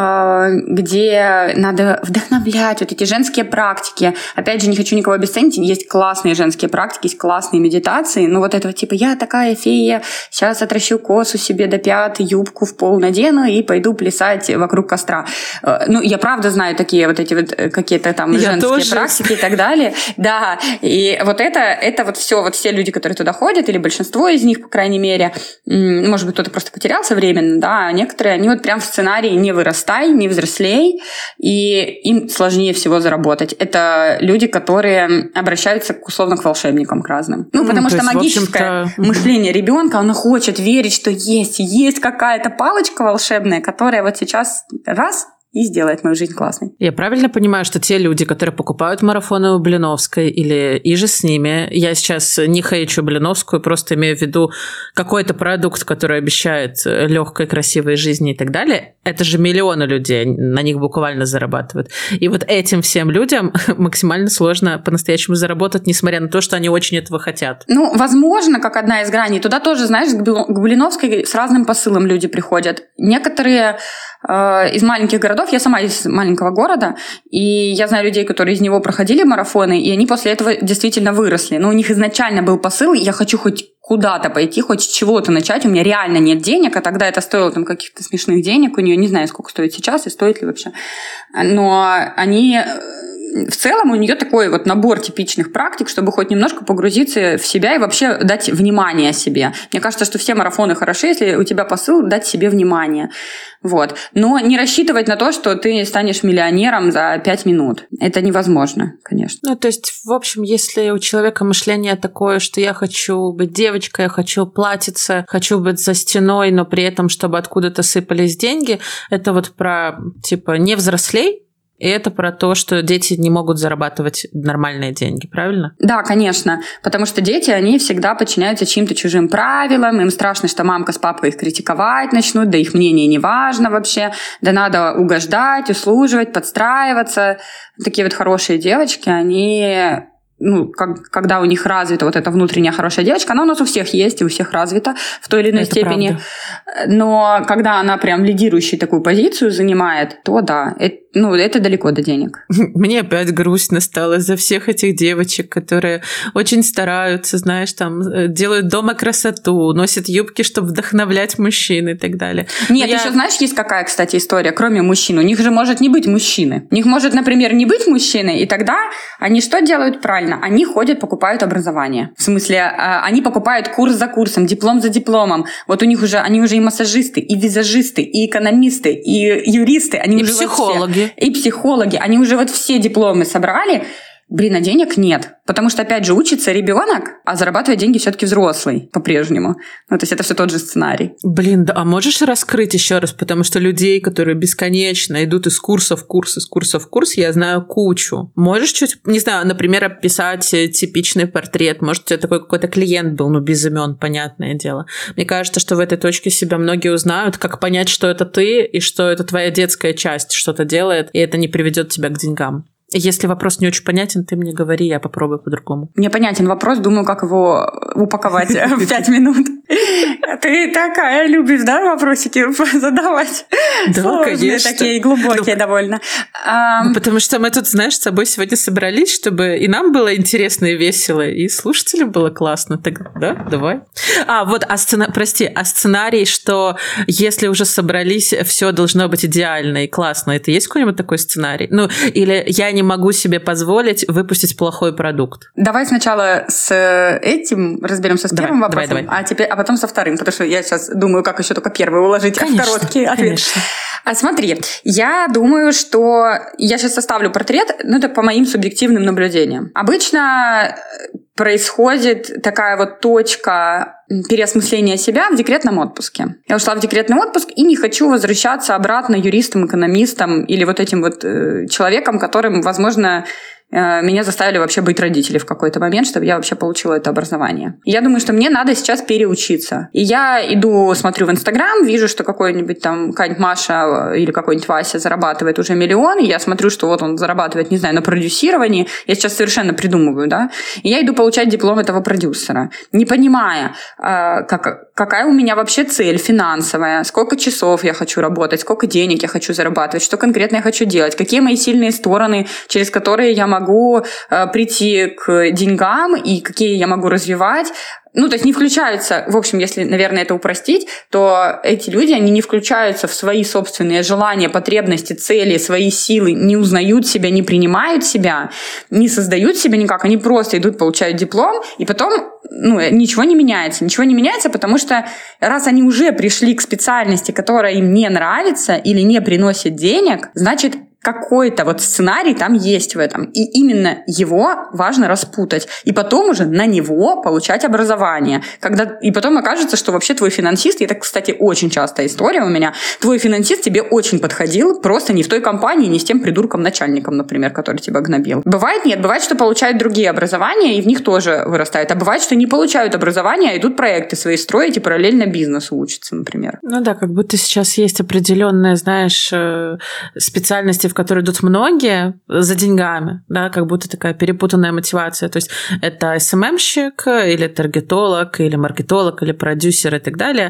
где надо вдохновлять вот эти женские практики. Опять же, не хочу никого обесценить, есть классные женские практики, есть классные медитации, но вот этого типа «я такая фея, сейчас отращу косу себе до пят, юбку в пол надену и пойду плясать вокруг костра». Ну, я правда знаю такие вот эти вот какие-то там я женские тоже. Практики и так далее. Да, и вот это, это вот все, вот все люди, которые туда ходят, или большинство из них, по крайней мере, может быть, кто-то просто потерялся временно, да, а некоторые, они вот прям в сценарии «не вырастай, не взрослей», и им сложнее всего заработать. Это люди, которые обращаются условно к волшебникам к разным. Ну, потому ну, что магическое мышление ребенка, он хочет верить, что есть, есть какая-то палочка волшебная, которая вот сейчас раз и сделает мою жизнь классной. Я правильно понимаю, что те люди, которые покупают марафоны у Блиновской или иже с ними, я сейчас не хейчу Блиновскую, просто имею в виду какой-то продукт, который обещает легкой, красивой жизни и так далее, это же миллионы людей, на них буквально зарабатывают. И вот этим всем людям максимально сложно по-настоящему заработать, несмотря на то, что они очень этого хотят. Ну, возможно, как одна из граней. Туда тоже, знаешь, к Блиновской с разным посылом люди приходят. Некоторые э, из маленьких городов, я сама из маленького города, и я знаю людей, которые из него проходили марафоны, и они после этого действительно выросли. Но у них изначально был посыл, я хочу хоть куда-то пойти, хоть с чего-то начать, у меня реально нет денег, а тогда это стоило там каких-то смешных денег у нее, не знаю, сколько стоит сейчас и стоит ли вообще. Но они... В целом у нее такой вот набор типичных практик, чтобы хоть немножко погрузиться в себя и вообще дать внимание себе. Мне кажется, что все марафоны хороши, если у тебя посыл дать себе внимание. Вот. Но не рассчитывать на то, что ты станешь миллионером за пять минут. Это невозможно, конечно. Ну, то есть, в общем, если у человека мышление такое, что я хочу быть девочкой, я хочу платьице, хочу быть за стеной, но при этом, чтобы откуда-то сыпались деньги, это вот про, типа, не взрослей, и это про то, что дети не могут зарабатывать нормальные деньги, правильно? Да, конечно. Потому что дети, они всегда подчиняются чьим-то чужим правилам. Им страшно, что мамка с папой их критиковать начнут, да их мнение не важно вообще. Да надо угождать, услуживать, подстраиваться. Такие вот хорошие девочки, они... Ну, как, когда у них развита вот эта внутренняя хорошая девочка, она у нас у всех есть, и у всех развита в той или иной это степени. Правда. Но когда она прям лидирующую такую позицию занимает, то да, это, ну, это далеко до денег. Мне опять грустно стало за всех этих девочек, которые очень стараются, знаешь, там, делают дома красоту, носят юбки, чтобы вдохновлять мужчин и так далее. Нет, я... еще знаешь, есть какая, кстати, история, кроме мужчин? У них же может не быть мужчины. У них может, например, не быть мужчины, и тогда они что делают правильно? Они ходят, покупают образование. В смысле, они покупают курс за курсом, диплом за дипломом. Вот у них уже, они уже и массажисты, и визажисты, и экономисты, и юристы. Они и уже психологи. Вот все, и психологи. Они уже вот все дипломы собрали. Блин, а денег нет. Потому что, опять же, учится ребенок, а зарабатывает деньги все-таки взрослый по-прежнему. Ну, то есть это все тот же сценарий. Блин, да, а можешь раскрыть еще раз? Потому что людей, которые бесконечно идут из курса в курс, из курса в курс, я знаю кучу. Можешь чуть, не знаю, например, описать типичный портрет? Может, у тебя такой какой-то клиент был, ну, без имен, понятное дело. Мне кажется, что в этой точке себя многие узнают, как понять, что это ты, и что это твоя детская часть что-то делает, и это не приведет тебя к деньгам. Если вопрос не очень понятен, ты мне говори, я попробую по-другому. Мне понятен вопрос, думаю, как его упаковать в пять минут. Ты такая любишь, да, вопросики задавать? Да, конечно. Такие глубокие довольно. Потому что мы тут, знаешь, с тобой сегодня собрались, чтобы и нам было интересно и весело, и слушателям было классно. Так, да, давай. А, вот, а сцена... прости, а сценарий, что если уже собрались, все должно быть идеально и классно. Это есть какой-нибудь такой сценарий? Ну, или я не могу себе позволить выпустить плохой продукт. Давай сначала с этим разберемся с давай, первым вопросом, давай, давай. А, теперь, а потом со вторым. потому что я сейчас думаю, как еще только первый уложить конечно, в короткий ответ. Конечно. А смотри, я думаю, что я сейчас составлю портрет, ну, это по моим субъективным наблюдениям. Обычно происходит такая вот точка переосмысления себя в декретном отпуске. Я ушла в декретный отпуск и не хочу возвращаться обратно юристом, экономистом или вот этим вот э, человеком, которым, возможно, меня заставили вообще быть родители в какой-то момент, чтобы я вообще получила это образование. И я думаю, что мне надо сейчас переучиться. И я иду, смотрю в Инстаграм, вижу, что какой-нибудь там какая-нибудь Маша или какой-нибудь Вася зарабатывает уже миллион, и я смотрю, что вот он зарабатывает, не знаю, на продюсировании. Я сейчас совершенно придумываю, да. И я иду получать диплом этого продюсера, не понимая, как, какая у меня вообще цель финансовая, сколько часов я хочу работать, сколько денег я хочу зарабатывать, что конкретно я хочу делать, какие мои сильные стороны, через которые я могу могу э, прийти к деньгам и какие я могу развивать. Ну, то есть не включаются, в общем, если, наверное, это упростить, то эти люди, они не включаются в свои собственные желания, потребности, цели, свои силы, не узнают себя, не принимают себя, не создают себя никак, они просто идут, получают диплом, и потом, ну, ничего не меняется. Ничего не меняется, потому что раз они уже пришли к специальности, которая им не нравится или не приносит денег, значит, какой-то вот сценарий там есть в этом. И именно его важно распутать. И потом уже на него получать образование. Когда... И потом окажется, что вообще твой финансист, и это, кстати, очень частая история у меня, твой финансист тебе очень подходил, просто не в той компании, не с тем придурком-начальником, например, который тебя гнобил. Бывает нет, бывает, что получают другие образования, и в них тоже вырастают. А бывает, что не получают образование, а идут проекты свои строить и параллельно бизнесу учатся, например. Ну да, как будто сейчас есть определенные, знаешь, специальности, в которые идут многие за деньгами, да, как будто такая перепутанная мотивация. То есть это эс эм эм-щик, или таргетолог, или маркетолог, или продюсер и так далее.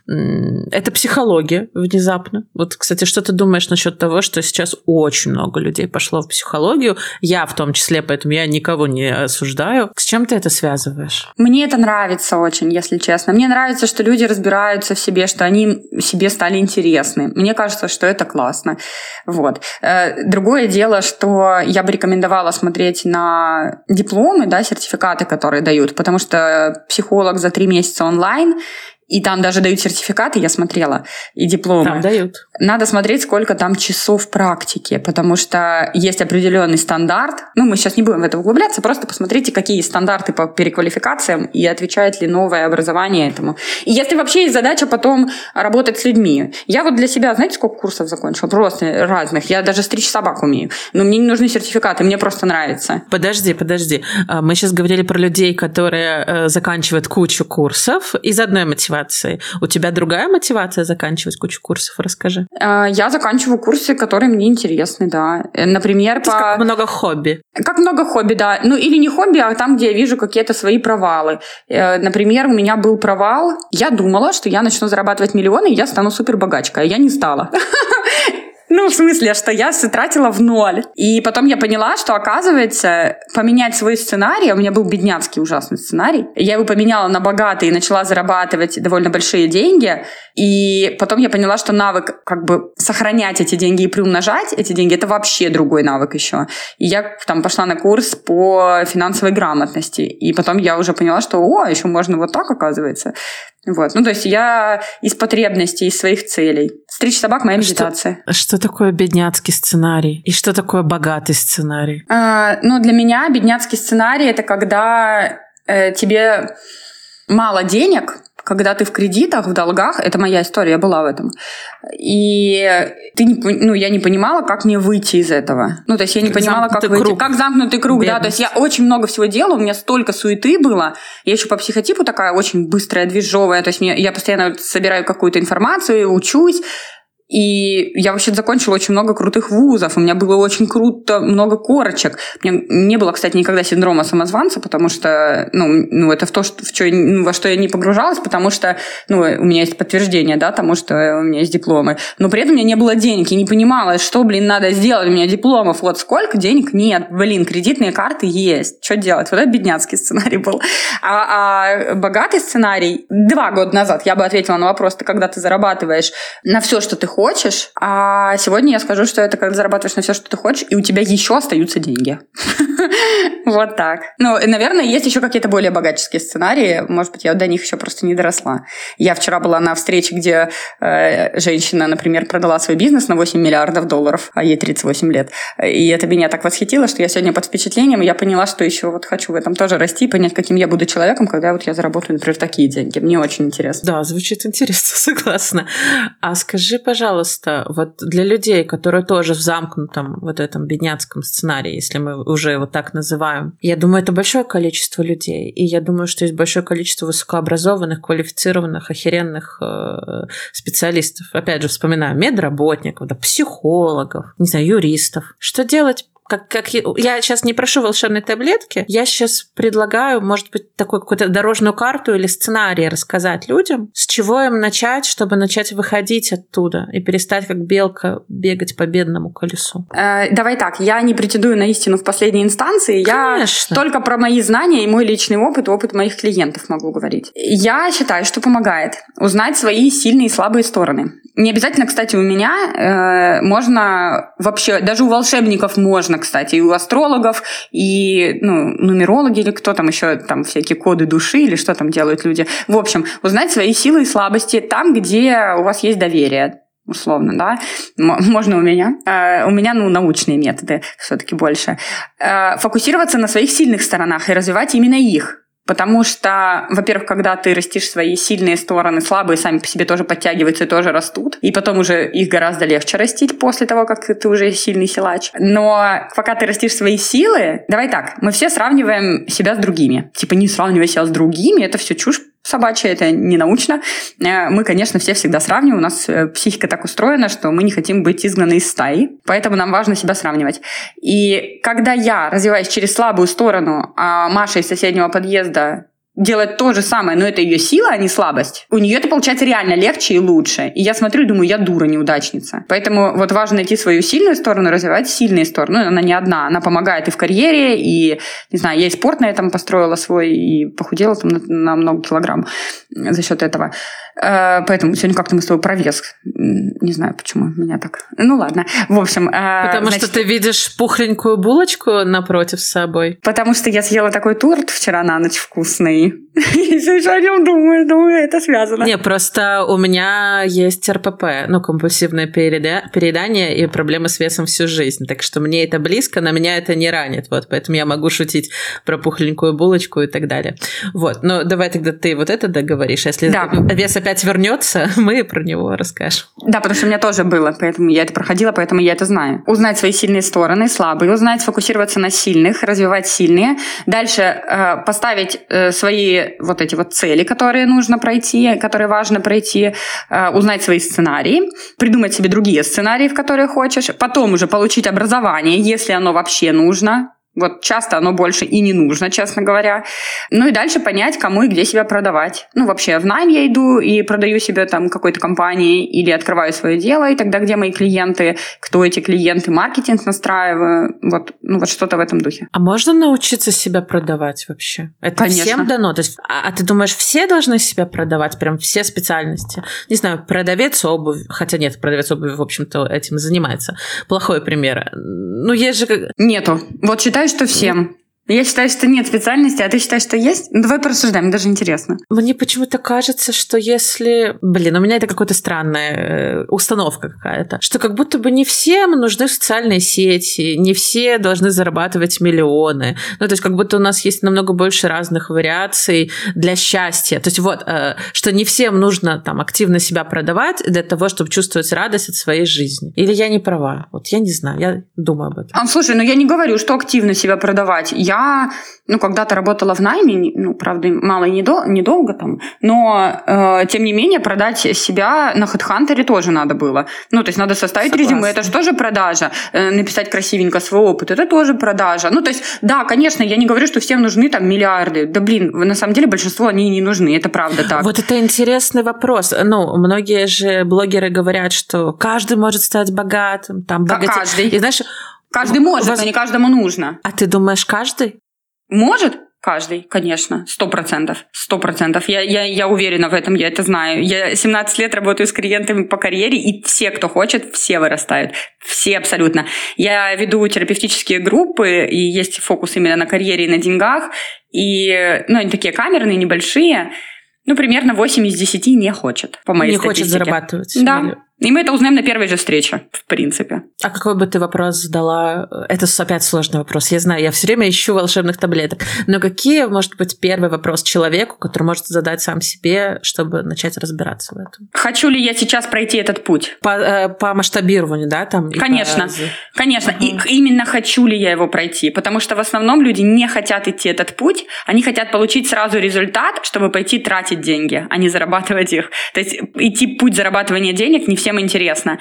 Это психология внезапно. Вот, кстати, что ты думаешь насчет того, что сейчас очень много людей пошло в психологию, я в том числе, поэтому я никого не осуждаю. С чем ты это связываешь? Мне это нравится очень, если честно. Мне нравится, что люди разбираются в себе, что они себе стали интересны. Мне кажется, что это классно. Вот. Другое дело, что я бы рекомендовала смотреть на дипломы, да, сертификаты, которые дают, потому что психолог за три месяца онлайн, и там даже дают сертификаты, я смотрела, и дипломы. Там дают. Надо смотреть, сколько там часов практики, потому что есть определенный стандарт. Ну, мы сейчас не будем в это углубляться, просто посмотрите, какие стандарты по переквалификациям и отвечает ли новое образование этому. И если вообще есть задача потом работать с людьми. Я вот для себя, знаете, сколько курсов закончила? Просто разных. Я даже стричь собак умею. Но мне не нужны сертификаты, мне просто нравится. Подожди, подожди. Мы сейчас говорили про людей, которые заканчивают кучу курсов из одной мотивации. У тебя другая мотивация заканчивать кучу курсов? Расскажи. Я заканчиваю курсы, которые мне интересны, да. Например, по... Как много хобби. Как много хобби, да. Ну, или не хобби, а там, где я вижу какие-то свои провалы. Например, у меня был провал. Я думала, что я начну зарабатывать миллионы, и я стану супербогачкой. А я не стала. Ну, в смысле, что я все тратила в ноль. И потом я поняла, что, оказывается, поменять свой сценарий, у меня был бедняцкий ужасный сценарий, я его поменяла на богатый и начала зарабатывать довольно большие деньги, и потом я поняла, что навык как бы сохранять эти деньги и приумножать эти деньги, это вообще другой навык еще. И я там пошла на курс по финансовой грамотности, и потом я уже поняла, что, о, еще можно вот так, оказывается. Вот. Ну, то есть я из потребностей, из своих целей. Стричь собак — моя медитация. Что, что такое бедняцкий сценарий? И что такое богатый сценарий? А, ну, для меня бедняцкий сценарий — это когда э, тебе мало денег, когда ты в кредитах, в долгах, это моя история, я была в этом, и ты не, ну, я не понимала, как мне выйти из этого. Ну, то есть я не как понимала, как выйти. Круг. Как замкнутый круг, бедность. Да. То есть я очень много всего делала, у меня столько суеты было. Я еще по психотипу такая очень быстрая, движовая, то есть мне, я постоянно собираю какую-то информацию, учусь. И я вообще закончила очень много крутых вузов. У меня было очень круто, много корочек. У меня не было, кстати, никогда синдрома самозванца, потому что, ну, ну это в то, что, в что, ну, во что я не погружалась, потому что, ну, у меня есть подтверждение, да, тому, что у меня есть дипломы. Но при этом у меня не было денег. Я не понимала, что, блин, надо сделать. У меня дипломов вот сколько, денег нет. Блин, кредитные карты есть. Что делать? Вот это бедняцкий сценарий был. А, а богатый сценарий... Два года назад я бы ответила на вопрос, ты когда ты зарабатываешь на все, что ты хочешь, а сегодня я скажу, что это когда зарабатываешь на все, что ты хочешь, и у тебя еще остаются деньги. Вот так. Ну, наверное, есть еще какие-то более богатческие сценарии. Может быть, я до них еще просто не доросла. Я вчера была на встрече, где э, женщина, например, продала свой бизнес на восемь миллиардов долларов, а ей тридцать восемь лет. И это меня так восхитило, что я сегодня под впечатлением, и я поняла, что еще вот хочу в этом тоже расти, понять, каким я буду человеком, когда вот я заработаю, например, такие деньги. Мне очень интересно. Да, звучит интересно, согласна. А скажи, пожалуйста, вот для людей, которые тоже в замкнутом вот этом бедняцком сценарии, если мы уже его так называем, я думаю, это большое количество людей, и я думаю, что есть большое количество высокообразованных, квалифицированных, охеренных э, специалистов. Опять же, вспоминаю медработников, да, психологов, не знаю, юристов. Что делать? Как, как я, я сейчас не прошу волшебной таблетки, я сейчас предлагаю, может быть, такую какую-то дорожную карту или сценарий рассказать людям, с чего им начать, чтобы начать выходить оттуда и перестать как белка бегать по бедному колесу. Э, давай так, я не претендую на истину в последней инстанции, Конечно. Я только про мои знания и мой личный опыт, опыт моих клиентов могу говорить. Я считаю, что помогает узнать свои сильные и слабые стороны. Не обязательно, кстати, у меня э, можно вообще, даже у волшебников можно, кстати, и у астрологов, и ну, нумерологи, или кто там еще, там всякие коды души, или что там делают люди. В общем, узнать свои силы и слабости там, где у вас есть доверие. Условно, да, можно у меня. Uh, у меня, ну, научные методы все-таки больше. Uh, фокусироваться на своих сильных сторонах и развивать именно их. Потому что, во-первых, когда ты растишь свои сильные стороны, слабые сами по себе тоже подтягиваются и тоже растут. И потом уже их гораздо легче растить после того, как ты уже сильный силач. Но пока ты растишь свои силы... Давай так, мы все сравниваем себя с другими. Типа не сравнивай себя с другими, это все чушь собачья, это не научно. Мы, конечно, все всегда сравниваем. У нас психика так устроена, что мы не хотим быть изгнаны из стаи. Поэтому нам важно себя сравнивать. И когда я развиваюсь через слабую сторону, а Маша из соседнего подъезда делает то же самое, но это ее сила, а не слабость, у нее это получается реально легче и лучше. И я смотрю и думаю, я дура, неудачница. Поэтому вот важно найти свою сильную сторону, развивать сильные стороны. Ну, она не одна, она помогает и в карьере, и, не знаю, я и спорт на этом построила свой, и похудела там на, на много килограмм за счет этого. Поэтому сегодня как-то мы с тобой про вес. Не знаю, почему меня так... Ну, ладно. В общем... Потому значит, что ты видишь пухленькую булочку напротив с собой. Потому что я съела такой торт вчера на ночь вкусный. И все еще о нем думаю, думаю, это связано. Не, просто у меня есть эр пэ пэ, ну, компульсивное переда- переедание и проблемы с весом всю жизнь. Так что мне это близко, на меня это не ранит. Вот, поэтому я могу шутить про пухленькую булочку и так далее. Вот, но давай тогда ты вот это договоришь. Если да. вес опять вернется, мы про него расскажем. Да, потому что у меня тоже было, поэтому я это проходила, поэтому я это знаю. Узнать свои сильные стороны, слабые, узнать, сфокусироваться на сильных, развивать сильные. Дальше э, поставить э, свои вот эти вот цели, которые нужно пройти, которые важно пройти, э, узнать свои сценарии, придумать себе другие сценарии, в которые хочешь, потом уже получить образование, если оно вообще нужно. Вот часто оно больше и не нужно, честно говоря. Ну и дальше понять, кому и где себя продавать. Ну вообще в найм я иду и продаю себя там какой-то компании или открываю свое дело, и тогда где мои клиенты, кто эти клиенты, маркетинг настраиваю, вот, ну вот что-то в этом духе. А можно научиться себя продавать вообще? Это Конечно. Всем дано? То есть, а, а ты думаешь, все должны себя продавать, прям все специальности? Не знаю, продавец обуви, хотя нет, продавец обуви, в общем-то, этим занимается. Плохой пример. Ну есть же... Нету. Вот считай, что всем. Я считаю, что нет специальности, а ты считаешь, что есть? Ну, давай порассуждаем, даже интересно. Мне почему-то кажется, что если... Блин, у меня это какая-то странная э, установка какая-то, что как будто бы не всем нужны социальные сети, не все должны зарабатывать миллионы. Ну, то есть как будто у нас есть намного больше разных вариаций для счастья. То есть вот, э, что не всем нужно там активно себя продавать для того, чтобы чувствовать радость от своей жизни. Или я не права? Вот я не знаю, я думаю об этом. А, слушай, ну я не говорю, что активно себя продавать. Я Я, ну, когда-то работала в найме, ну, правда, мало и недол- недолго там, но, э, тем не менее, продать себя на HeadHunter тоже надо было. Ну, то есть надо составить Согласна. резюме, это же тоже продажа. Э, написать красивенько свой опыт, это тоже продажа. Ну, то есть, да, конечно, я не говорю, что всем нужны там миллиарды. Да, блин, на самом деле большинству они не нужны, это правда так. Вот это интересный вопрос. Ну, многие же блогеры говорят, что каждый может стать богатым, там, богатей. Каждый. И знаешь... Каждый может, Воз... но не каждому нужно. А ты думаешь, каждый? Может. Каждый, конечно, сто процентов, сто процентов. Я, я, я уверена в этом, я это знаю. Я семнадцать лет работаю с клиентами по карьере, и все, кто хочет, все вырастают. Все абсолютно. Я веду терапевтические группы, и есть фокус именно на карьере и на деньгах. И, ну, они такие камерные, небольшие. Ну, примерно восемь из десяти не хочет, по моей не статистике. Не хочет зарабатывать. Да. Или... И мы это узнаем на первой же встрече, в принципе. А какой бы ты вопрос задала? Это опять сложный вопрос. Я знаю, я все время ищу волшебных таблеток. Но какие, может быть, первый вопрос человеку, который может задать сам себе, чтобы начать разбираться в этом? Хочу ли я сейчас пройти этот путь? По, э, по масштабированию, да? Там, конечно, по... конечно. Uh-huh. И именно хочу ли я его пройти? Потому что в основном люди не хотят идти этот путь. Они хотят получить сразу результат, чтобы пойти тратить деньги, а не зарабатывать их. То есть идти путь зарабатывания денег не всем интересно.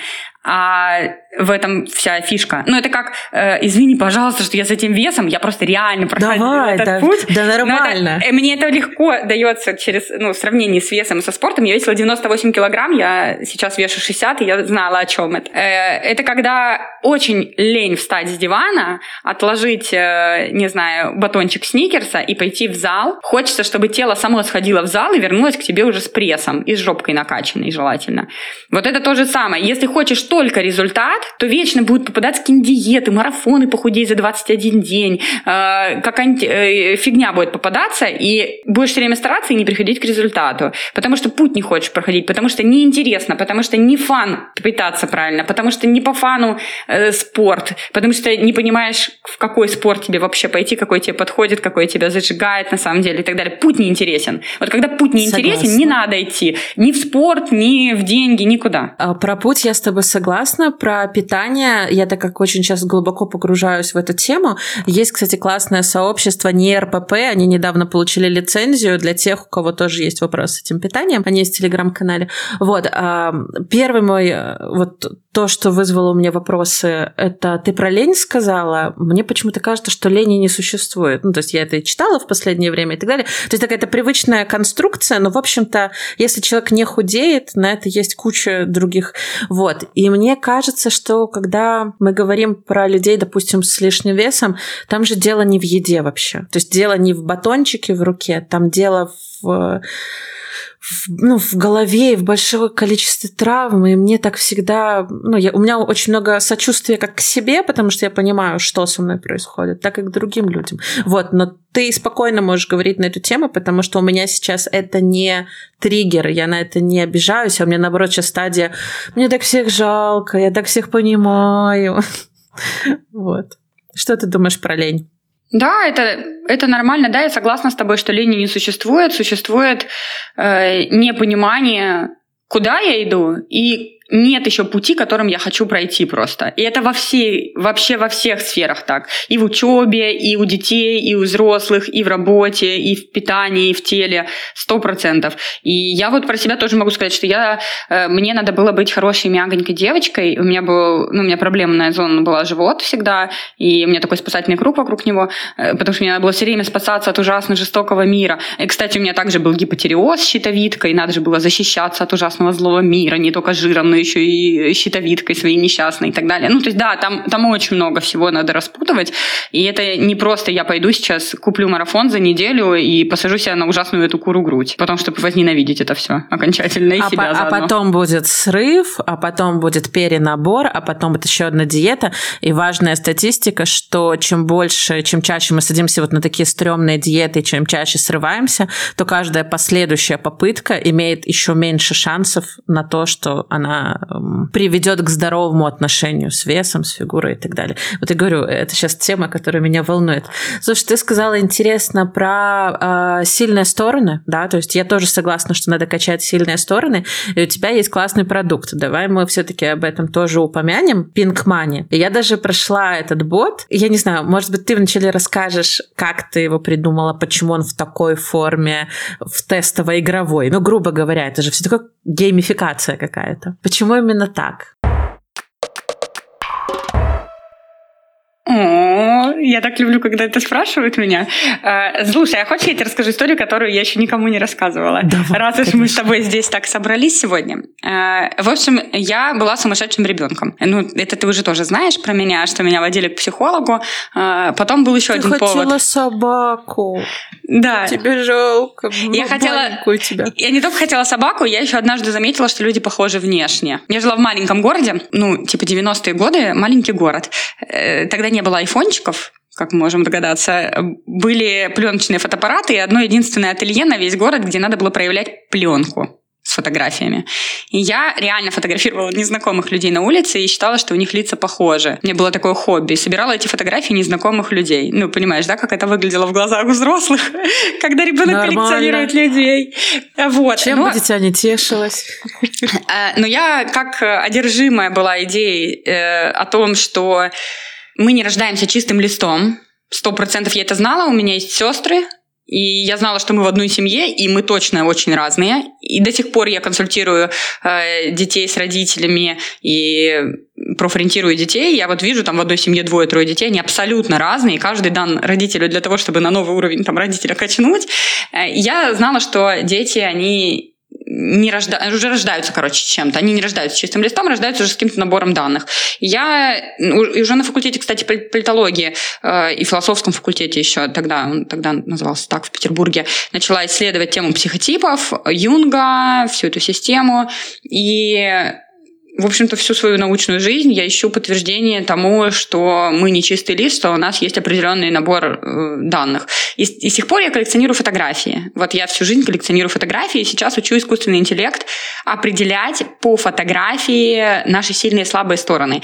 А в этом вся фишка. Ну, это как, э, извини, пожалуйста, что я с этим весом, я просто реально проходила Давай, этот да, путь. Да, нормально. Это, мне это легко дается через, ну, в сравнении с весом и со спортом. Я весила девяносто восемь килограмм, я сейчас вешу шестьдесят, и я знала, о чем это. Э, это когда очень лень встать с дивана, отложить, э, не знаю, батончик сникерса и пойти в зал. Хочется, чтобы тело само сходило в зал и вернулось к тебе уже с прессом и с жопкой накачанной, желательно. Вот это то же самое. Если хочешь только результат, то вечно будут попадаться какие-нибудь диеты, марафоны похудеть за двадцать один день, э, какая-нибудь э, фигня будет попадаться, и будешь все время стараться и не приходить к результату. Потому что путь не хочешь проходить, потому что неинтересно, потому что не фан питаться правильно, потому что не по фану э, спорт, потому что не понимаешь, в какой спорт тебе вообще пойти, какой тебе подходит, какой тебя зажигает на самом деле и так далее. Путь неинтересен. Вот когда путь неинтересен, Согласна. Не надо идти ни в спорт, ни в деньги, никуда. А про путь я с тобой согласна. Согласна. Про питание, я так как очень сейчас глубоко погружаюсь в эту тему. Есть, кстати, классное сообщество НЕРПП, они недавно получили лицензию для тех, у кого тоже есть вопрос с этим питанием. Они есть в Телеграм-канале. Вот. Первый мой, вот то, что вызвало у меня вопросы, это ты про лень сказала. Мне почему-то кажется, что лени не существует. Ну, то есть я это и читала в последнее время и так далее. То есть такая-то привычная конструкция, но, в общем-то, если человек не худеет, на это есть куча других. Вот. И мне кажется, что когда мы говорим про людей, допустим, с лишним весом, там же дело не в еде вообще. То есть дело не в батончике в руке, там дело в... В, ну, в голове и в большом количестве травм, и мне так всегда... Ну, я, у меня очень много сочувствия как к себе, потому что я понимаю, что со мной происходит, так и к другим людям. Вот, но ты спокойно можешь говорить на эту тему, потому что у меня сейчас это не триггер, я на это не обижаюсь, а у меня, наоборот, сейчас стадия «мне так всех жалко, я так всех понимаю». Вот. Что ты думаешь про лень? Да, это, это нормально, да, я согласна с тобой, что лени не существует, существует э, непонимание, куда я иду, и нет еще пути, которым я хочу пройти просто. И это во всей, вообще во всех сферах так. И в учебе, и у детей, и у взрослых, и в работе, и в питании, и в теле. Сто процентов. И я вот про себя тоже могу сказать, что я, мне надо было быть хорошей, мягонькой девочкой. У меня был, ну, у меня проблемная зона была живот всегда, и у меня такой спасательный круг вокруг него, потому что мне надо было все время спасаться от ужасно жестокого мира. И, кстати, у меня также был гипотиреоз, щитовидка, и надо же было защищаться от ужасного злого мира, не только жиром, но еще и щитовидкой своей несчастной и так далее. Ну, то есть, да, там, там очень много всего надо распутывать, и это не просто я пойду сейчас, куплю марафон за неделю и посажу себя на ужасную эту куру грудь, потом, чтобы возненавидеть это все окончательно и а себя по- заодно. А потом будет срыв, а потом будет перенабор, а потом будет еще одна диета, и важная статистика, что чем больше, чем чаще мы садимся вот на такие стрёмные диеты, чем чаще срываемся, то каждая последующая попытка имеет еще меньше шансов на то, что она приведет к здоровому отношению с весом, с фигурой и так далее. Вот я говорю, это сейчас тема, которая меня волнует. Слушай, ты сказала интересно про э, сильные стороны, да, то есть я тоже согласна, что надо качать сильные стороны, и у тебя есть классный продукт. Давай мы все-таки об этом тоже упомянем. Pink Money. И я даже прошла этот бот. Я не знаю, может быть, ты вначале расскажешь, как ты его придумала, почему он в такой форме, в тестово-игровой. Ну, грубо говоря, это же все такое геймификация какая-то. Почему именно так? О, Я так люблю, когда это спрашивают меня. Слушай, а хочешь, я тебе расскажу историю, которую я еще никому не рассказывала? Давай, Раз уж мы с тобой здесь так собрались сегодня. В общем, я была сумасшедшим ребенком. Ну, это ты уже тоже знаешь про меня, что меня водили к психологу. Потом был еще ты один повод. Ты хотела собаку. Да. Тебе жалко. Я хотела... тебя. Я не только хотела собаку, я еще однажды заметила, что люди похожи внешне. Я жила в маленьком городе, ну, типа девяностые годы, маленький город. Тогда не было айфончиков, как мы можем догадаться. Были пленочные фотоаппараты и одно единственное ателье на весь город, где надо было проявлять пленку с фотографиями. И я реально фотографировала незнакомых людей на улице и считала, что у них лица похожи. У меня было такое хобби. Собирала эти фотографии незнакомых людей. Ну, понимаешь, да, как это выглядело в глазах взрослых, когда ребенок коллекционирует людей. Вот. Чем но... бы дитя не тешилось? Но я как одержимая была идеей э, о том, что мы не рождаемся чистым листом. Сто процентов я это знала. У меня есть сестры. И я знала, что мы в одной семье, и мы точно очень разные. И до сих пор я консультирую э, детей с родителями и профориентирую детей. Я вот вижу, там в одной семье двое-трое детей, они абсолютно разные. Каждый дан родителю для того, чтобы на новый уровень там, родителя качнуть. Э, я знала, что дети, они... не рожда... уже рождаются, короче, чем-то. Они не рождаются чистым листом, рождаются уже с каким-то набором данных. Я и уже на факультете, кстати, политологии э, и философском факультете еще тогда, он тогда назывался так, в Петербурге, начала исследовать тему психотипов, Юнга, всю эту систему. И... в общем-то, всю свою научную жизнь я ищу подтверждение тому, что мы не чистый лист, что у нас есть определенный набор э, данных. И, и с тех пор я коллекционирую фотографии. Вот я всю жизнь коллекционирую фотографии, и сейчас учу искусственный интеллект определять по фотографии наши сильные и слабые стороны.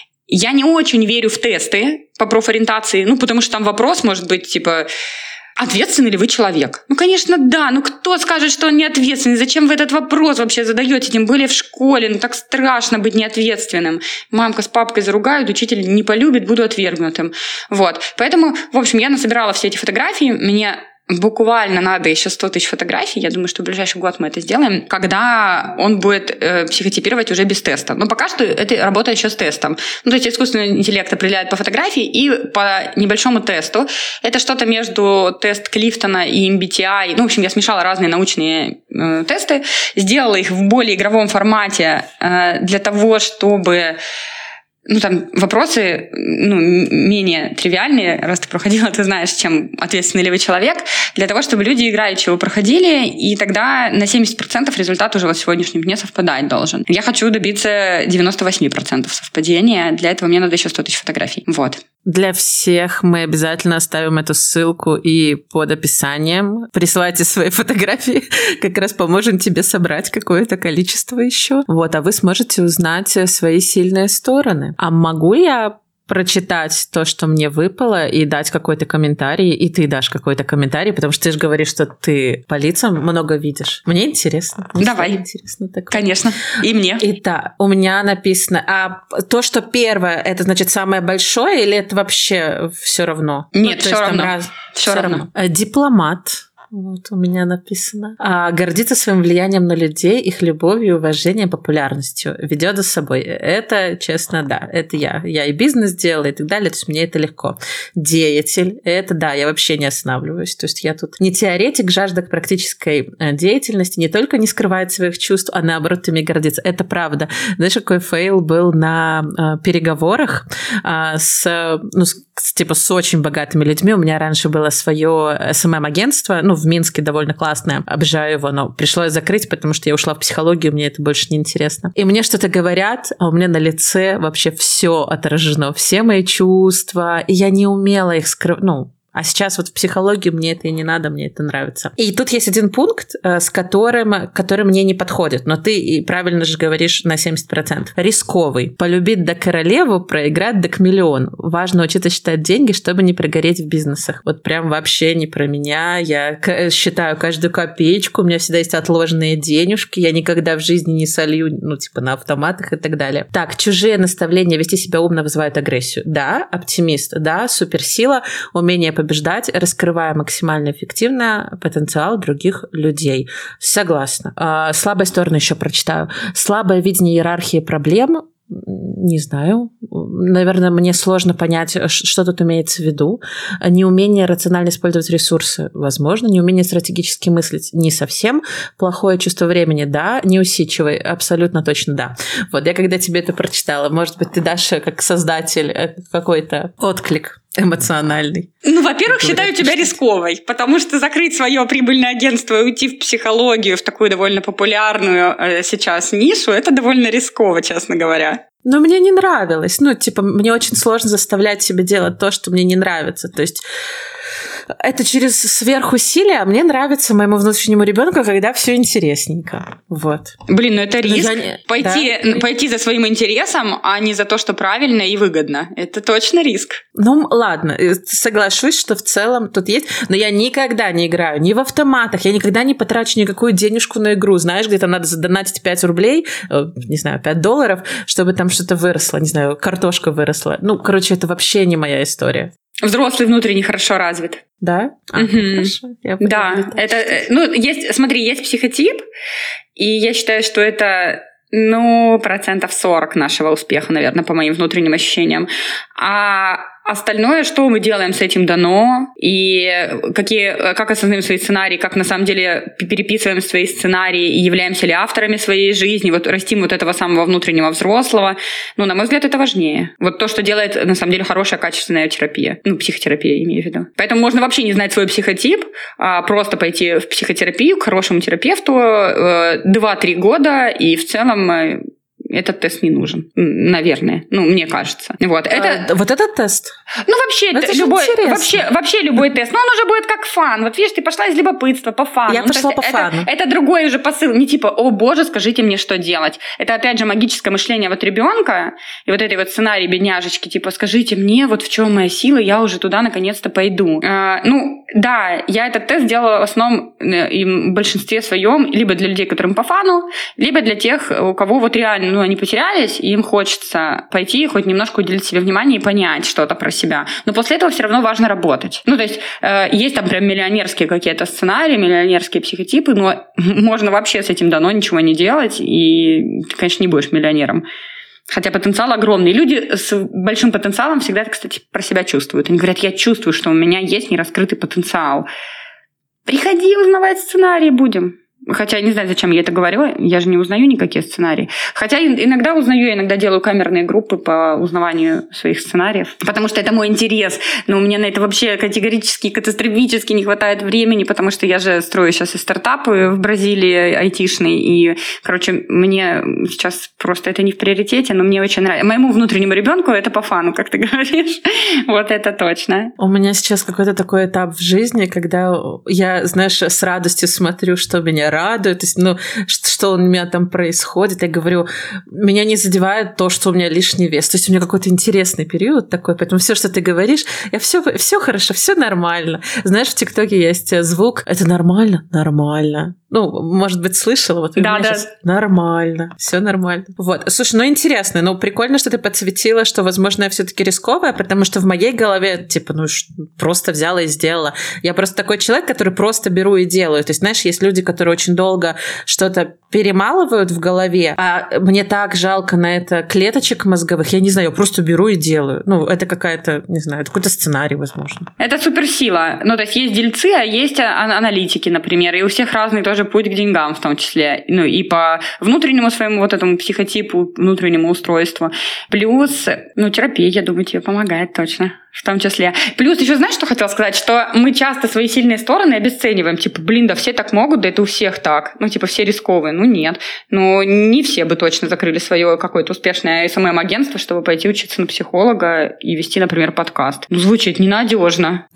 Я не очень верю в тесты по профориентации, ну, потому что там вопрос может быть, типа... ответственный ли вы человек? Ну, конечно, да. Ну, кто скажет, что он не ответственный? Зачем вы этот вопрос вообще задаете? Тем более в школе. Ну, так страшно быть неответственным. Мамка с папкой заругают, учитель не полюбит, буду отвергнутым. Вот. Поэтому, в общем, я насобирала все эти фотографии. Мне буквально надо еще сто тысяч фотографий. Я думаю, что в ближайший год мы это сделаем, когда он будет э, психотипировать уже без теста. Но пока что это работает еще с тестом. Ну, то есть искусственный интеллект определяет по фотографии и по небольшому тесту. Это что-то между тест Клифтона и эм би ти ай. Ну, в общем, я смешала разные научные э, тесты, сделала их в более игровом формате э, для того, чтобы... ну, там вопросы, ну, менее тривиальные, раз ты проходила, ты знаешь, чем ответственный ли вы человек, для того, чтобы люди играючи его проходили, и тогда на семьдесят процентов результат уже вот в сегодняшнем дне совпадать должен. Я хочу добиться девяносто восемь процентов совпадения, для этого мне надо еще сто тысяч фотографий. Вот. Для всех мы обязательно оставим эту ссылку и под описанием. Присылайте свои фотографии, как раз поможем тебе собрать какое-то количество еще. Вот, а вы сможете узнать свои сильные стороны. А могу я прочитать то, что мне выпало, и дать какой-то комментарий, и ты дашь какой-то комментарий, потому что ты же говоришь, что ты по лицам много видишь. Мне интересно. Мне Давай. Интересно такое. Конечно. И мне. Итак, у меня написано... А то, что первое, это значит самое большое, или это вообще все равно? Нет, ну, все равно. Раз... Все равно. равно. Дипломат. Вот у меня написано. А, гордится своим влиянием на людей, их любовью, уважением, популярностью. Ведет за собой. Это, честно, да. Это я. Я и бизнес делала, и так далее. То есть мне это легко. Деятель. Это, да, я вообще не останавливаюсь. То есть я тут не теоретик, жажда к практической деятельности. Не только не скрывает своих чувств, а наоборот ими гордится. Это правда. Знаешь, какой фейл был на а, переговорах а, с, ну, с, типа, с очень богатыми людьми. У меня раньше было свое эс эм эм-агентство, ну, в Минске довольно классное. Обожаю его, но пришлось закрыть, потому что я ушла в психологию, мне это больше не интересно. И мне что-то говорят, а у меня на лице вообще все отражено, все мои чувства, и я не умела их скрывать, ну, а сейчас вот в психологию мне это и не надо, мне это нравится. И тут есть один пункт, с которым, который мне не подходит, но ты правильно же говоришь на семьдесят процентов. Рисковый. Полюбить до королеву, проиграть до к миллион. Важно учиться считать деньги, чтобы не прогореть в бизнесах. Вот прям вообще не про меня. Я считаю каждую копеечку, у меня всегда есть отложенные денежки, я никогда в жизни не солью, ну, типа на автоматах и так далее. Так, чужие наставления вести себя умно вызывают агрессию. Да, оптимист, да, суперсила, умение побеждать, раскрывая максимально эффективно потенциал других людей. Согласна. А, слабые стороны еще прочитаю. Слабое видение иерархии проблем. Не знаю. Наверное, мне сложно понять, что тут имеется в виду. Неумение рационально использовать ресурсы, возможно. Неумение стратегически мыслить не совсем. Плохое чувство времени, да. Неусидчивый, абсолютно точно, да. Вот, я когда тебе это прочитала, может быть, ты дашь как создатель какой-то отклик эмоциональный. Ну, во-первых, считаю тебя рисковой, потому что закрыть свое прибыльное агентство и уйти в психологию, в такую довольно популярную э, сейчас нишу, это довольно рисково, честно говоря. Но мне не нравилось. Ну, типа, мне очень сложно заставлять себя делать то, что мне не нравится. То есть это через сверхусилие, а мне нравится моему внутреннему ребенку, когда все интересненько. Вот. Блин, ну это риск. Не... Пойти, да? пойти за своим интересом, а не за то, что правильно и выгодно. Это точно риск. Ну, ладно, соглашусь, что в целом тут есть, но я никогда не играю ни в автоматах, я никогда не потрачу никакую денежку на игру. Знаешь, где там надо задонатить пять рублей, не знаю, пять долларов, чтобы там что-то выросло, не знаю, картошка выросла. Ну, короче, это вообще не моя история. Взрослый внутренне хорошо развит. Да? А, угу. Хорошо. Я да, это, ну, есть, смотри, есть психотип, и я считаю, что это, ну, процентов сорок нашего успеха, наверное, по моим внутренним ощущениям. А остальное, что мы делаем с этим дано, и какие, как осознаем свои сценарии, как на самом деле переписываем свои сценарии, и являемся ли авторами своей жизни, вот растим вот этого самого внутреннего взрослого, ну, на мой взгляд, это важнее. Вот то, что делает, на самом деле, хорошая, качественная терапия. Ну, психотерапия, имею в виду. Поэтому можно вообще не знать свой психотип, а просто пойти в психотерапию к хорошему терапевту два-три года, и в целом этот тест не нужен, наверное. Ну, мне кажется. Вот, это... а, вот этот тест? Ну, вообще, это любой, вообще, вообще любой тест. Но он уже будет как фан. Вот видишь, ты пошла из любопытства по фану. Я ну, пошла по это, фану. Это другой уже посыл. Не типа, о боже, скажите мне, что делать. Это, опять же, магическое мышление вот ребенка и вот этой вот сценарий бедняжечки. Типа, скажите мне, вот в чем моя сила, я уже туда наконец-то пойду. А, ну, да, я этот тест делала в основном и в большинстве своем либо для людей, которым по фану, либо для тех, у кого вот реально, ну, они потерялись, и им хочется пойти хоть немножко уделить себе внимание и понять что-то про себя. Но после этого все равно важно работать. Ну, то есть, э, есть там прям миллионерские какие-то сценарии, миллионерские психотипы, но можно вообще с этим дано ничего не делать, и ты, конечно, не будешь миллионером. Хотя потенциал огромный. Люди с большим потенциалом всегда, кстати, про себя чувствуют. Они говорят, я чувствую, что у меня есть нераскрытый потенциал. Приходи узнавать сценарии будем. Хотя не знаю, зачем я это говорю, я же не узнаю никакие сценарии. Хотя иногда узнаю, иногда делаю камерные группы по узнаванию своих сценариев, потому что это мой интерес. Но у меня на это вообще категорически, катастрофически не хватает времени, потому что я же строю сейчас и стартапы в Бразилии айтишные, и, короче, мне сейчас просто это не в приоритете, но мне очень нравится. Моему внутреннему ребенку это по фану, как ты говоришь. Вот это точно. У меня сейчас какой-то такой этап в жизни, когда я, знаешь, с радостью смотрю, что меня радует, то есть, ну, что, что у меня там происходит. Я говорю, меня не задевает то, что у меня лишний вес. То есть у меня какой-то интересный период такой, поэтому все, что ты говоришь, я все, все хорошо, все нормально. Знаешь, в ТикТоке есть звук «это нормально?» Нормально. Ну, может быть, слышала? Вот у да, меня да. сейчас нормально, все нормально. Вот. Слушай, ну интересно, ну прикольно, что ты подсветила, что, возможно, я все-таки рисковая, потому что в моей голове, типа, ну, просто взяла и сделала. Я просто такой человек, который просто беру и делаю. То есть, знаешь, есть люди, которые очень долго что-то перемалывают в голове, а мне так жалко на это клеточек мозговых, я не знаю, я просто беру и делаю. Ну, это какая-то, не знаю, это какой-то сценарий, возможно. Это суперсила. Ну, то есть есть дельцы, а есть аналитики, например, и у всех разный тоже путь к деньгам в том числе. Ну, и по внутреннему своему вот этому психотипу, внутреннему устройству. Плюс, ну, терапия, я думаю, тебе помогает точно. В том числе. Плюс еще знаешь, что хотела сказать? Что мы часто свои сильные стороны обесцениваем. Типа, блин, да все так могут, да это у всех так. Ну, типа, все рисковые. Ну, нет. Ну, не все бы точно закрыли свое какое-то успешное эс эм эм-агентство, чтобы пойти учиться на психолога и вести, например, подкаст. Ну, звучит ненадежно.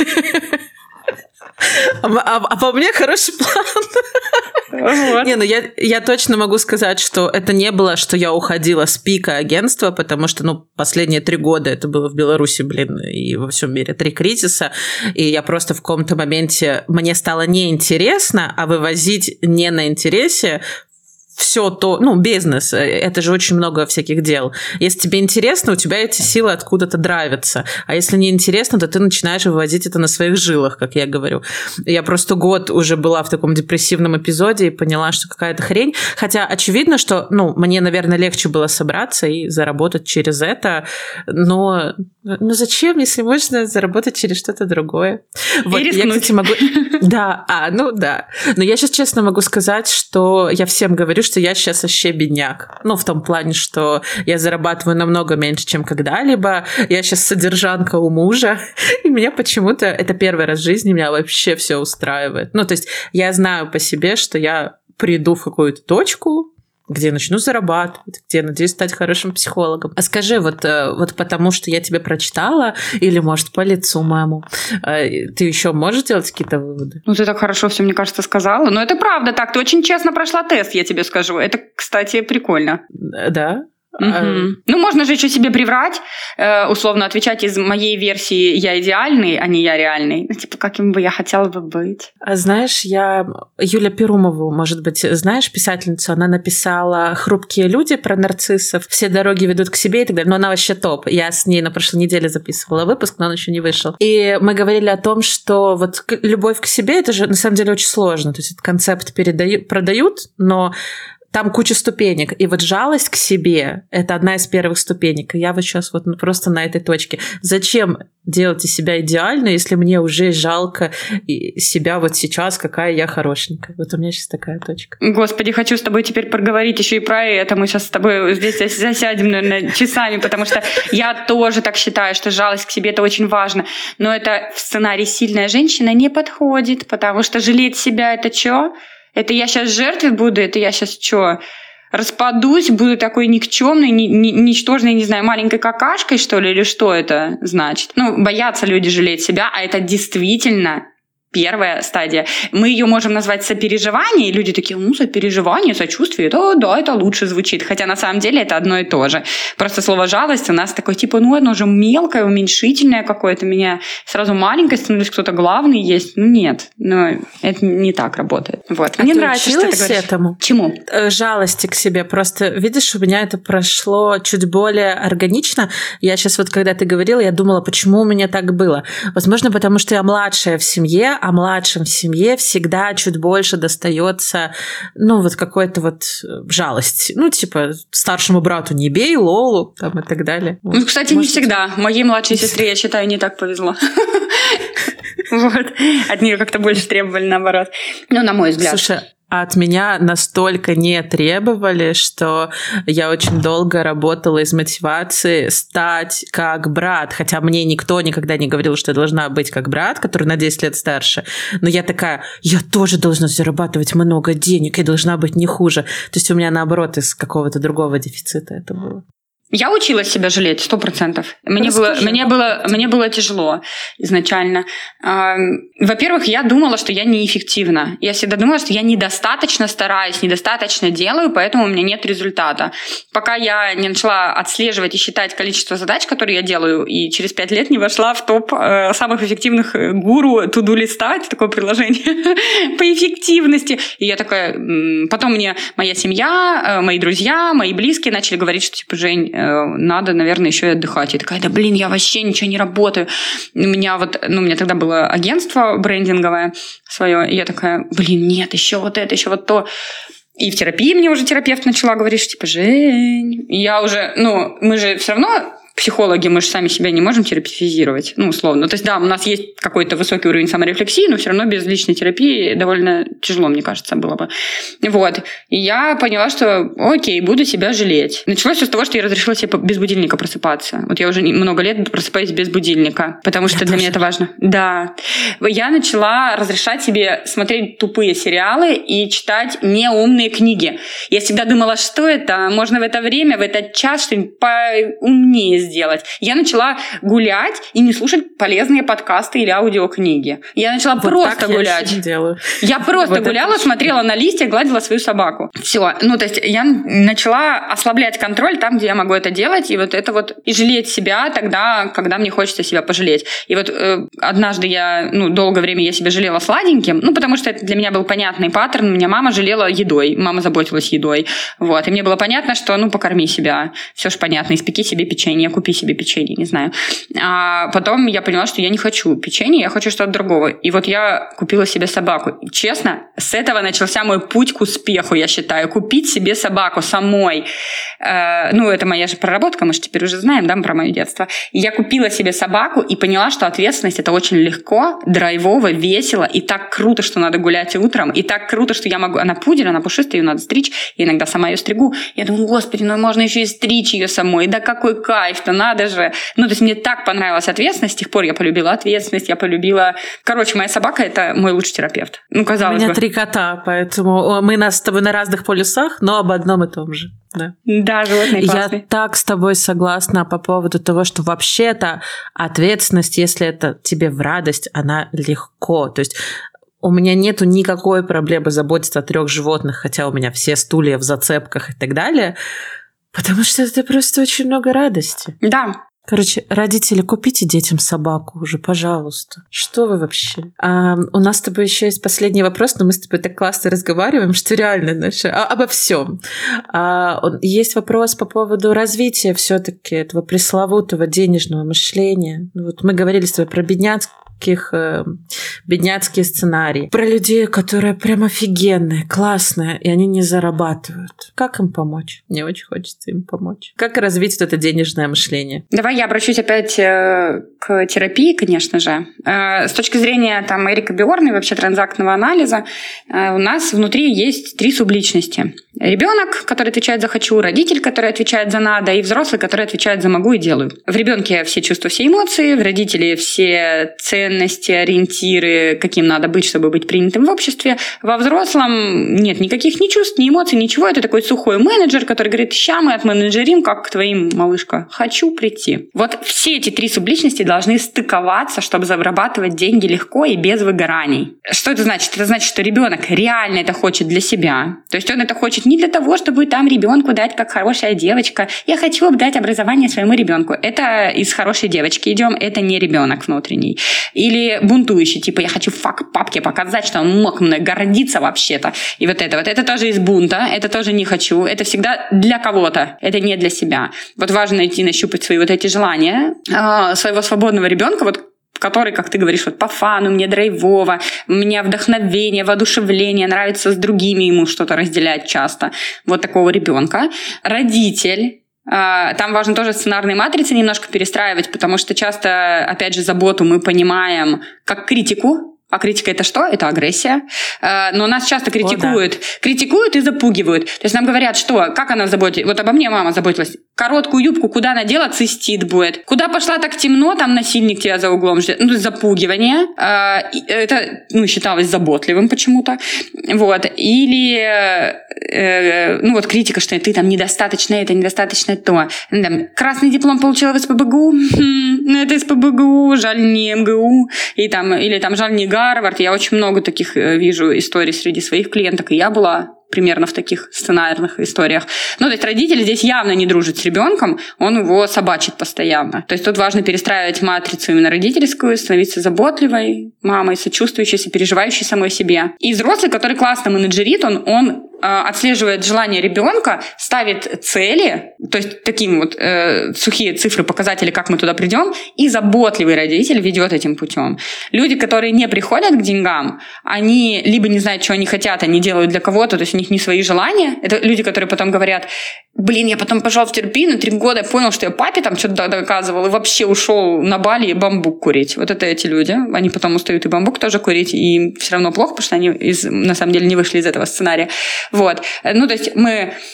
А, а, а по мне хороший план. Вот. Не, ну я, я точно могу сказать, что это не было, что я уходила с пика агентства, потому что, ну, последние три года это было в Беларуси, блин, и во всем мире три кризиса, и я просто в каком-то моменте, мне стало неинтересно, а вывозить не на интересе все то, ну, бизнес, это же очень много всяких дел. Если тебе интересно, у тебя эти силы откуда-то драйвятся. А если не интересно, то ты начинаешь вывозить это на своих жилах, как я говорю. Я просто год уже была в таком депрессивном эпизоде и поняла, что какая-то хрень. Хотя очевидно, что, ну, мне, наверное, легче было собраться и заработать через это. Но, ну, зачем, если можно заработать через что-то другое? Вот, я, кстати, могу... Да, а, ну да. Но я сейчас честно могу сказать, что я всем говорю, что я сейчас вообще бедняк. Ну, в том плане, что я зарабатываю намного меньше, чем когда-либо. Я сейчас содержанка у мужа, и меня почему-то... Это первый раз в жизни меня вообще все устраивает. Ну, то есть я знаю по себе, что я приду в какую-то точку, где начну зарабатывать, где надеюсь стать хорошим психологом. А скажи, вот, вот потому что я тебе прочитала, или, может, по лицу моему, ты еще можешь делать какие-то выводы? Ну, ты так хорошо все, мне кажется, сказала. Но это правда так. Ты очень честно прошла тест, я тебе скажу. Это, кстати, прикольно. Да? Угу. А... Ну, можно же еще себе приврать, э, условно отвечать из моей версии «я идеальный», а не «я реальный». Ну, типа, каким бы я хотела бы быть. А знаешь, я... Юля Перумову, может быть, знаешь, писательницу, она написала «Хрупкие люди» про нарциссов, «Все дороги ведут к себе» и так далее. Но она вообще топ. Я с ней на прошлой неделе записывала выпуск, но он еще не вышел. И мы говорили о том, что вот любовь к себе — это же на самом деле очень сложно. То есть этот концепт передают, продают, но... Там куча ступенек. И вот жалость к себе – это одна из первых ступенек. И я вот сейчас вот просто на этой точке. Зачем делать из себя идеальной, если мне уже жалко себя вот сейчас, какая я хорошенькая? Вот у меня сейчас такая точка. Господи, хочу с тобой теперь поговорить еще и про это. Мы сейчас с тобой здесь засядем, наверное, часами, потому что я тоже так считаю, что жалость к себе – это очень важно. Но это в сценарий «Сильная женщина» не подходит, потому что жалеть себя – это что? Это я сейчас жертвой буду, это я сейчас что, распадусь, буду такой никчемной, ни, ни, ничтожной, не знаю, маленькой какашкой, что ли, или что это значит? Ну, боятся люди жалеть себя, а это действительно первая стадия. Мы ее можем назвать сопереживание, и люди такие, ну, сопереживание, сочувствие, да, да, это лучше звучит. Хотя на самом деле это одно и то же. Просто слово «жалость» у нас такое, типа, ну, оно же мелкое, уменьшительное какое-то. Меня сразу маленькое становится, кто-то главный есть. Ну, нет, но это не так работает. Вот. А мне ты нравится, что ты говоришь. Этому? Чему? Жалости к себе. Просто, видишь, у меня это прошло чуть более органично. Я сейчас вот, когда ты говорила, я думала, почему у меня так было. Возможно, потому что я младшая в семье, а младшим в семье всегда чуть больше достается, ну, вот какой-то вот жалости. Ну, типа, старшему брату не бей, лолу, там, и так далее. Вот. Ну, кстати, Может, не всегда. Моей младшей сестре, я считаю, не так повезло. Вот. От нее как-то больше требовали, наоборот. Ну, на мой взгляд. Слушай, а от меня настолько не требовали, что я очень долго работала из мотивации стать как брат. Хотя мне никто никогда не говорил, что я должна быть как брат, который на десять лет старше. Но я такая, я тоже должна зарабатывать много денег, я должна быть не хуже. То есть у меня, наоборот, из какого-то другого дефицита это было. Я училась себя жалеть, сто процентов. Мне было, мне, было, мне было тяжело изначально. Во-первых, я думала, что я неэффективна. Я всегда думала, что я недостаточно стараюсь, недостаточно делаю, поэтому у меня нет результата. Пока я не начала отслеживать и считать количество задач, которые я делаю, и через пять лет не вошла в топ самых эффективных гуру to-do-листа, это такое приложение по эффективности. И я такая... Потом мне моя семья, мои друзья, мои близкие начали говорить, что типа, Жень, надо, наверное, еще и отдыхать. Я такая, да блин, я вообще ничего не работаю. У меня вот, ну, у меня тогда было агентство брендинговое свое, и я такая, блин, нет, еще вот это, еще вот то. И в терапии мне уже терапевт начала говорить, что типа, Жень, я уже, ну, мы же все равно... Психологи, мы же сами себя не можем терапевтизировать, ну, условно. То есть, да, у нас есть какой-то высокий уровень саморефлексии, но все равно без личной терапии довольно тяжело, мне кажется, было бы. Вот. И я поняла, что окей, буду себя жалеть. Началось все с того, что я разрешила себе без будильника просыпаться. Вот я уже много лет просыпаюсь без будильника, потому что я для тоже. Меня это важно. Да. Я начала разрешать себе смотреть тупые сериалы и читать неумные книги. Я всегда думала, что это? Можно в это время, в этот час что-нибудь поумнее сделать. сделать. Я начала гулять и не слушать полезные подкасты или аудиокниги. Я начала вот просто гулять. Я, делаю. я просто вот гуляла, смотрела на листья, гладила свою собаку. Все. Ну, то есть я начала ослаблять контроль там, где я могу это делать, и вот это вот и жалеть себя тогда, когда мне хочется себя пожалеть. И вот э, однажды я, ну, долгое время я себя жалела сладеньким, ну, потому что это для меня был понятный паттерн. Меня мама жалела едой, мама заботилась едой. Вот. И мне было понятно, что, ну, покорми себя. Все же понятно. Испеки себе печенье, купи себе печенье, не знаю. А потом я поняла, что я не хочу печенье, я хочу что-то другого. И вот я купила себе собаку. И, честно, с этого начался мой путь к успеху, я считаю. Купить себе собаку самой. Э, ну, это моя же проработка, мы же теперь уже знаем, да, про мое детство. И я купила себе собаку и поняла, что ответственность — это очень легко, драйвово, весело, и так круто, что надо гулять утром, и так круто, что я могу... Она пудель, она пушистая, ее надо стричь, я иногда сама ее стригу. Я думаю, господи, ну можно еще и стричь ее самой, да какой кайф-то, надо же. Ну, то есть мне так понравилась ответственность, с тех пор я полюбила ответственность, я полюбила... Короче, моя собака — это мой лучший терапевт. Ну, казалось бы. У меня бы. три кота, поэтому мы нас с тобой на разных полюсах, но об одном и том же. Да. Да, животные классные. Я так с тобой согласна по поводу того, что вообще-то ответственность, если это тебе в радость, она легко. То есть у меня нету никакой проблемы заботиться о трех животных, хотя у меня все стулья в зацепках и так далее, потому что это просто очень много радости. Да. Короче, родители, купите детям собаку уже, пожалуйста. Что вы вообще? А, у нас с тобой еще есть последний вопрос, но мы с тобой так классно разговариваем, что реально наше, а, обо всем. А, есть вопрос по поводу развития все-таки этого пресловутого денежного мышления. Вот мы говорили с тобой про бедняцких, э, бедняцкие сценарии, про людей, которые прям офигенные, классные, и они не зарабатывают. Как им помочь? Мне очень хочется им помочь. Как развить это денежное мышление? Давай я обращусь опять э, к терапии, конечно же. Э, с точки зрения там, Эрика Биорна и вообще транзактного анализа, э, у нас внутри есть три субличности. Ребенок, который отвечает за «хочу», родитель, который отвечает за «надо», и взрослый, который отвечает за «могу» и «делаю». В ребенке все чувства, все эмоции, в родителе все ценности, ориентиры, каким надо быть, чтобы быть принятым в обществе. Во взрослом нет никаких ни чувств, ни эмоций, ничего. Это такой сухой менеджер, который говорит: «Ща мы отменеджерим, как к твоим, малышка. Хочу прийти». Вот все эти три субличности должны стыковаться, чтобы зарабатывать деньги легко и без выгораний. Что это значит? Это значит, что ребенок реально это хочет для себя. То есть он это хочет не для того, чтобы там ребенку дать, как хорошая девочка. Я хочу дать образование своему ребенку. Это из хорошей девочки идем, это не ребенок внутренний. Или бунтующий, типа я хочу фак папке показать, что он мог мной гордиться вообще-то. И вот это вот. Это тоже из бунта, это тоже не хочу. Это всегда для кого-то, это не для себя. Вот важно найти, нащупать свои вот эти желания своего свободного ребенка, вот, который, как ты говоришь, вот по фану, мне драйвово, мне вдохновение, воодушевление, нравится с другими ему что-то разделять часто. Вот такого ребенка. Родитель. Там важно тоже сценарные матрицы немножко перестраивать, потому что часто, опять же, заботу мы понимаем как критику. А критика — это что? Это агрессия. Но нас часто критикуют. О, да. Критикуют и запугивают. То есть нам говорят, что, как она заботится. Вот обо мне мама заботилась. Короткую юбку куда надела, цистит будет. Куда пошла, так темно, там насильник тебя за углом ждет. Ну, то есть запугивание. Это, ну, считалось заботливым почему-то. Вот. Или, ну, вот критика, что ты там недостаточно это, недостаточно то. Там, красный диплом получила в СПбГУ. Хм, ну, это СПбГУ, жаль, не МГУ. И там, или там, жаль, не Гарвард. Я очень много таких вижу историй среди своих клиенток, и я была примерно в таких сценарных историях. Ну, то есть родитель здесь явно не дружит с ребенком, он его собачит постоянно. То есть тут важно перестраивать матрицу именно родительскую, становиться заботливой мамой, сочувствующей, сопереживающей самой себе. И взрослый, который классно менеджерит, он, он отслеживает желание ребенка, ставит цели, то есть такие вот э, сухие цифры, показатели, как мы туда придем, и заботливый родитель ведет этим путем. Люди, которые не приходят к деньгам, они либо не знают, что они хотят, они делают для кого-то, то есть у них не свои желания. Это люди, которые потом говорят: блин, я потом пошел в терапию, на три года я понял, что я папе там что-то доказывал, и вообще ушел на Бали и бамбук курить. Вот это эти люди. Они потом устают и бамбук тоже курить, и им все равно плохо, потому что они из, на самом деле не вышли из этого сценария. Вот. Ну, то есть мы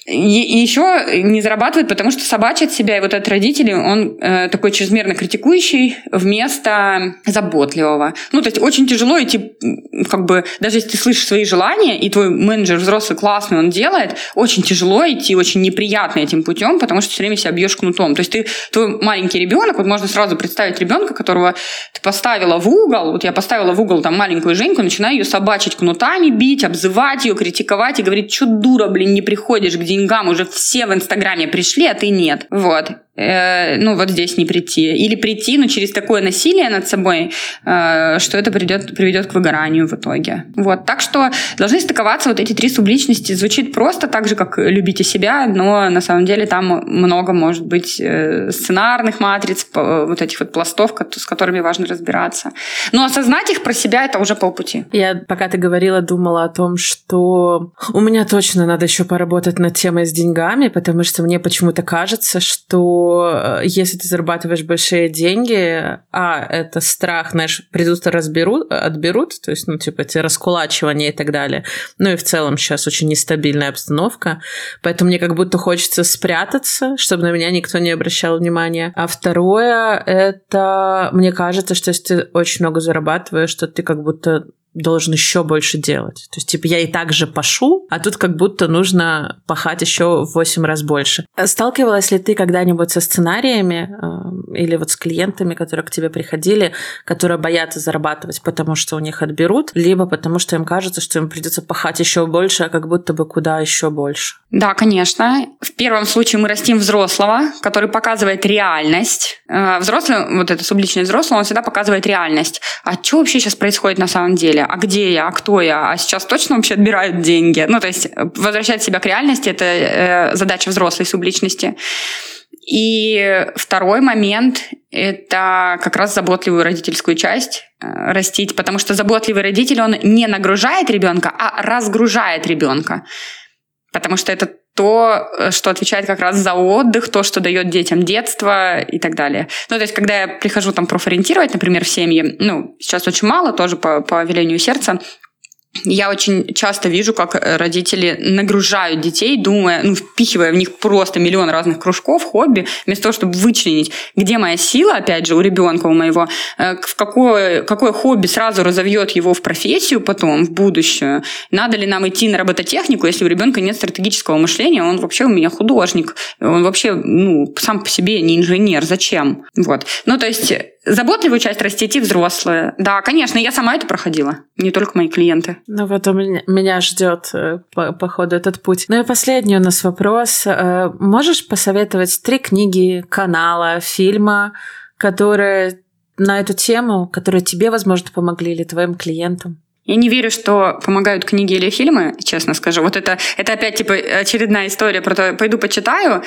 И, и еще не зарабатывает, потому что собачит себя, и вот этот родитель, он э, такой чрезмерно критикующий вместо заботливого. Ну, то есть очень тяжело идти, как бы, даже если ты слышишь свои желания, и твой менеджер взрослый классный, он делает, очень тяжело идти, очень неприятно этим путем, потому что все время себя бьешь кнутом. То есть ты, твой маленький ребенок, вот можно сразу представить ребенка, которого ты поставила в угол, вот я поставила в угол там маленькую Женьку, начинаю ее собачить кнутами, бить, обзывать ее, критиковать и говорить, что дура, блин, не приходишь к деньгам, уже все в Инстаграме пришли, а ты нет. Вот. Э, ну, вот здесь не прийти. Или прийти, но через такое насилие над собой, э, что это придет, приведет к выгоранию в итоге. Вот. Так что должны стыковаться вот эти три субличности. Звучит просто так же, как «любите себя», но на самом деле там много может быть э, сценарных матриц, по, вот этих вот пластов, с которыми важно разбираться. Но осознать их про себя — это уже полпути. Я, пока ты говорила, думала о том, что у меня точно надо еще поработать над темой с деньгами, потому что мне почему-то кажется, что если ты зарабатываешь большие деньги, а, это страх, знаешь, придут и разберут, отберут, то есть, ну, типа, эти раскулачивания и так далее. Ну, и в целом сейчас очень нестабильная обстановка, поэтому мне как будто хочется спрятаться, чтобы на меня никто не обращал внимания. А второе, это, мне кажется, что если ты очень много зарабатываешь, что ты как будто должен еще больше делать. То есть, типа, я и так же пашу, а тут как будто нужно пахать еще в восемь раз больше. Сталкивалась ли ты когда-нибудь со сценариями э, или вот с клиентами, которые к тебе приходили, которые боятся зарабатывать, потому что у них отберут, либо потому что им кажется, что им придется пахать еще больше, а как будто бы куда еще больше? Да, конечно. В первом случае мы растим взрослого, который показывает реальность. Взрослый, вот это субличность взрослого, он всегда показывает реальность. А что вообще сейчас происходит на самом деле? А где я? А кто я? А сейчас точно вообще отбирают деньги? Ну, то есть возвращать себя к реальности – это э, задача взрослой субличности. И второй момент – это как раз заботливую родительскую часть э, растить, потому что заботливый родитель, он не нагружает ребенка, а разгружает ребенка. Потому что это то, что отвечает как раз за отдых, то, что дает детям детство и так далее. Ну, то есть, когда я прихожу там профориентировать, например, в семьи, ну, сейчас очень мало, тоже по, по велению сердца, я очень часто вижу, как родители нагружают детей, думая, ну, впихивая в них просто миллион разных кружков, хобби, вместо того, чтобы вычленить, где моя сила, опять же, у ребенка, у моего, в какое, какое хобби сразу разовьет его в профессию потом, в будущее. Надо ли нам идти на робототехнику, если у ребенка нет стратегического мышления, он вообще у меня художник, он вообще, ну, сам по себе не инженер, зачем? Вот. Ну, то есть заботливую часть растите взрослые. Да, конечно, я сама это проходила, не только мои клиенты. Ну вот у меня, меня ждет по, по ходу этот путь. Ну и последний у нас вопрос. Можешь посоветовать три книги, канала, фильма, которые на эту тему, которые тебе, возможно, помогли или твоим клиентам? Я не верю, что помогают книги или фильмы, честно скажу. Вот это, это опять типа очередная история про то, пойду почитаю,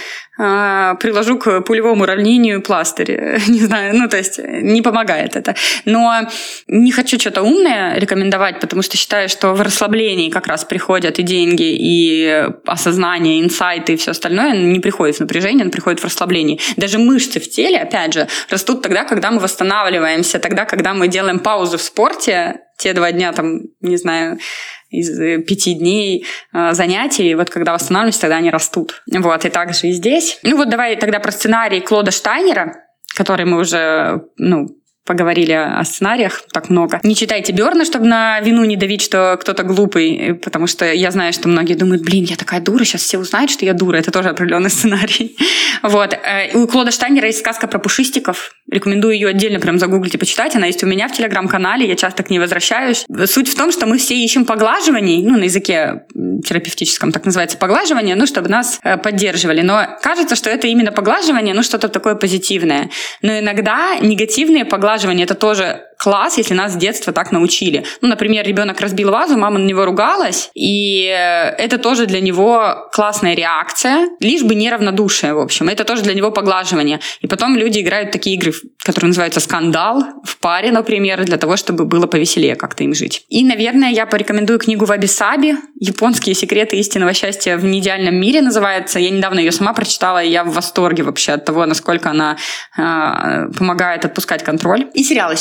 э, приложу к пулевому уравнению пластырь. Не знаю, ну то есть не помогает это. Но не хочу что-то умное рекомендовать, потому что считаю, что в расслаблении как раз приходят и деньги, и осознание, инсайты и все остальное. Не приходит в напряжение, он приходит в расслаблении. Даже мышцы в теле, опять же, растут тогда, когда мы восстанавливаемся, тогда, когда мы делаем паузу в спорте, те два дня, там, не знаю, из пяти дней э, занятий, вот когда восстанавливаемся, тогда они растут. Вот, и также и здесь. Ну вот давай тогда про сценарий Клода Штайнера, который мы уже, ну, поговорили о сценариях так много. Не читайте Бёрна, чтобы на вину не давить, что кто-то глупый, потому что я знаю, что многие думают, блин, я такая дура, сейчас все узнают, что я дура. Это тоже определенный сценарий. Вот. У Клода Штайнера есть сказка про пушистиков. Рекомендую ее отдельно прям загуглить и почитать. Она есть у меня в Телеграм-канале, я часто к ней возвращаюсь. Суть в том, что мы все ищем поглаживаний, ну, на языке терапевтическом так называется поглаживание, ну, чтобы нас поддерживали. Но кажется, что это именно поглаживание, ну, что-то такое позитивное. Но иногда негативные поглаживания это тоже класс, если нас с детства так научили. Ну, например, ребенок разбил вазу, мама на него ругалась, и это тоже для него классная реакция, лишь бы не равнодушие, в общем. Это тоже для него поглаживание. И потом люди играют в такие игры, которые называются «Скандал», в паре, например, для того, чтобы было повеселее как-то им жить. И, наверное, я порекомендую книгу Ваби-Саби «Японские секреты истинного счастья в неидеальном мире» называется. Я недавно ее сама прочитала, и я в восторге вообще от того, насколько она э, помогает отпускать контроль. И сериал еще.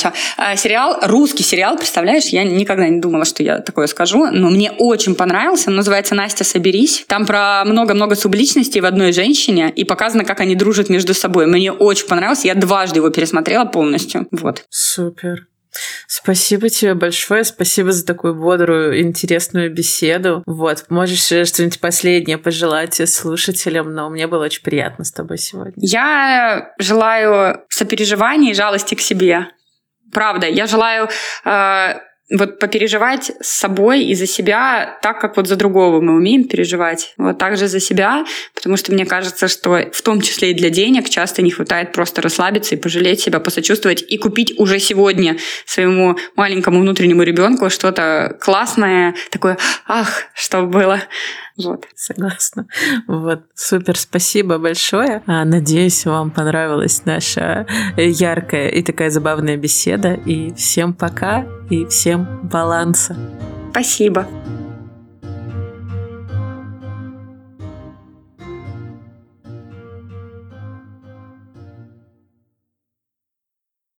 Сериал, русский сериал, представляешь, я никогда не думала, что я такое скажу, но мне очень понравился. Он называется «Настя, соберись». Там про много-много субличностей в одной женщине, и показано, как они дружат между собой. Мне очень понравился. Я дважды его пересмотрела полностью. Вот. Супер. Спасибо тебе большое, спасибо за такую бодрую, интересную беседу. Вот, можешь что-нибудь последнее пожелать слушателям, но мне было очень приятно с тобой сегодня. Я желаю сопереживания и жалости к себе. Правда, я желаю э, вот попереживать с собой и за себя так, как вот за другого мы умеем переживать. Вот так же за себя, потому что мне кажется, что в том числе и для денег часто не хватает просто расслабиться и пожалеть себя, посочувствовать и купить уже сегодня своему маленькому внутреннему ребенку что-то классное, такое «ах, что было». Вот. Согласна. Вот. Супер, спасибо большое. Надеюсь, вам понравилась наша яркая и такая забавная беседа. И всем пока, и всем баланса. Спасибо.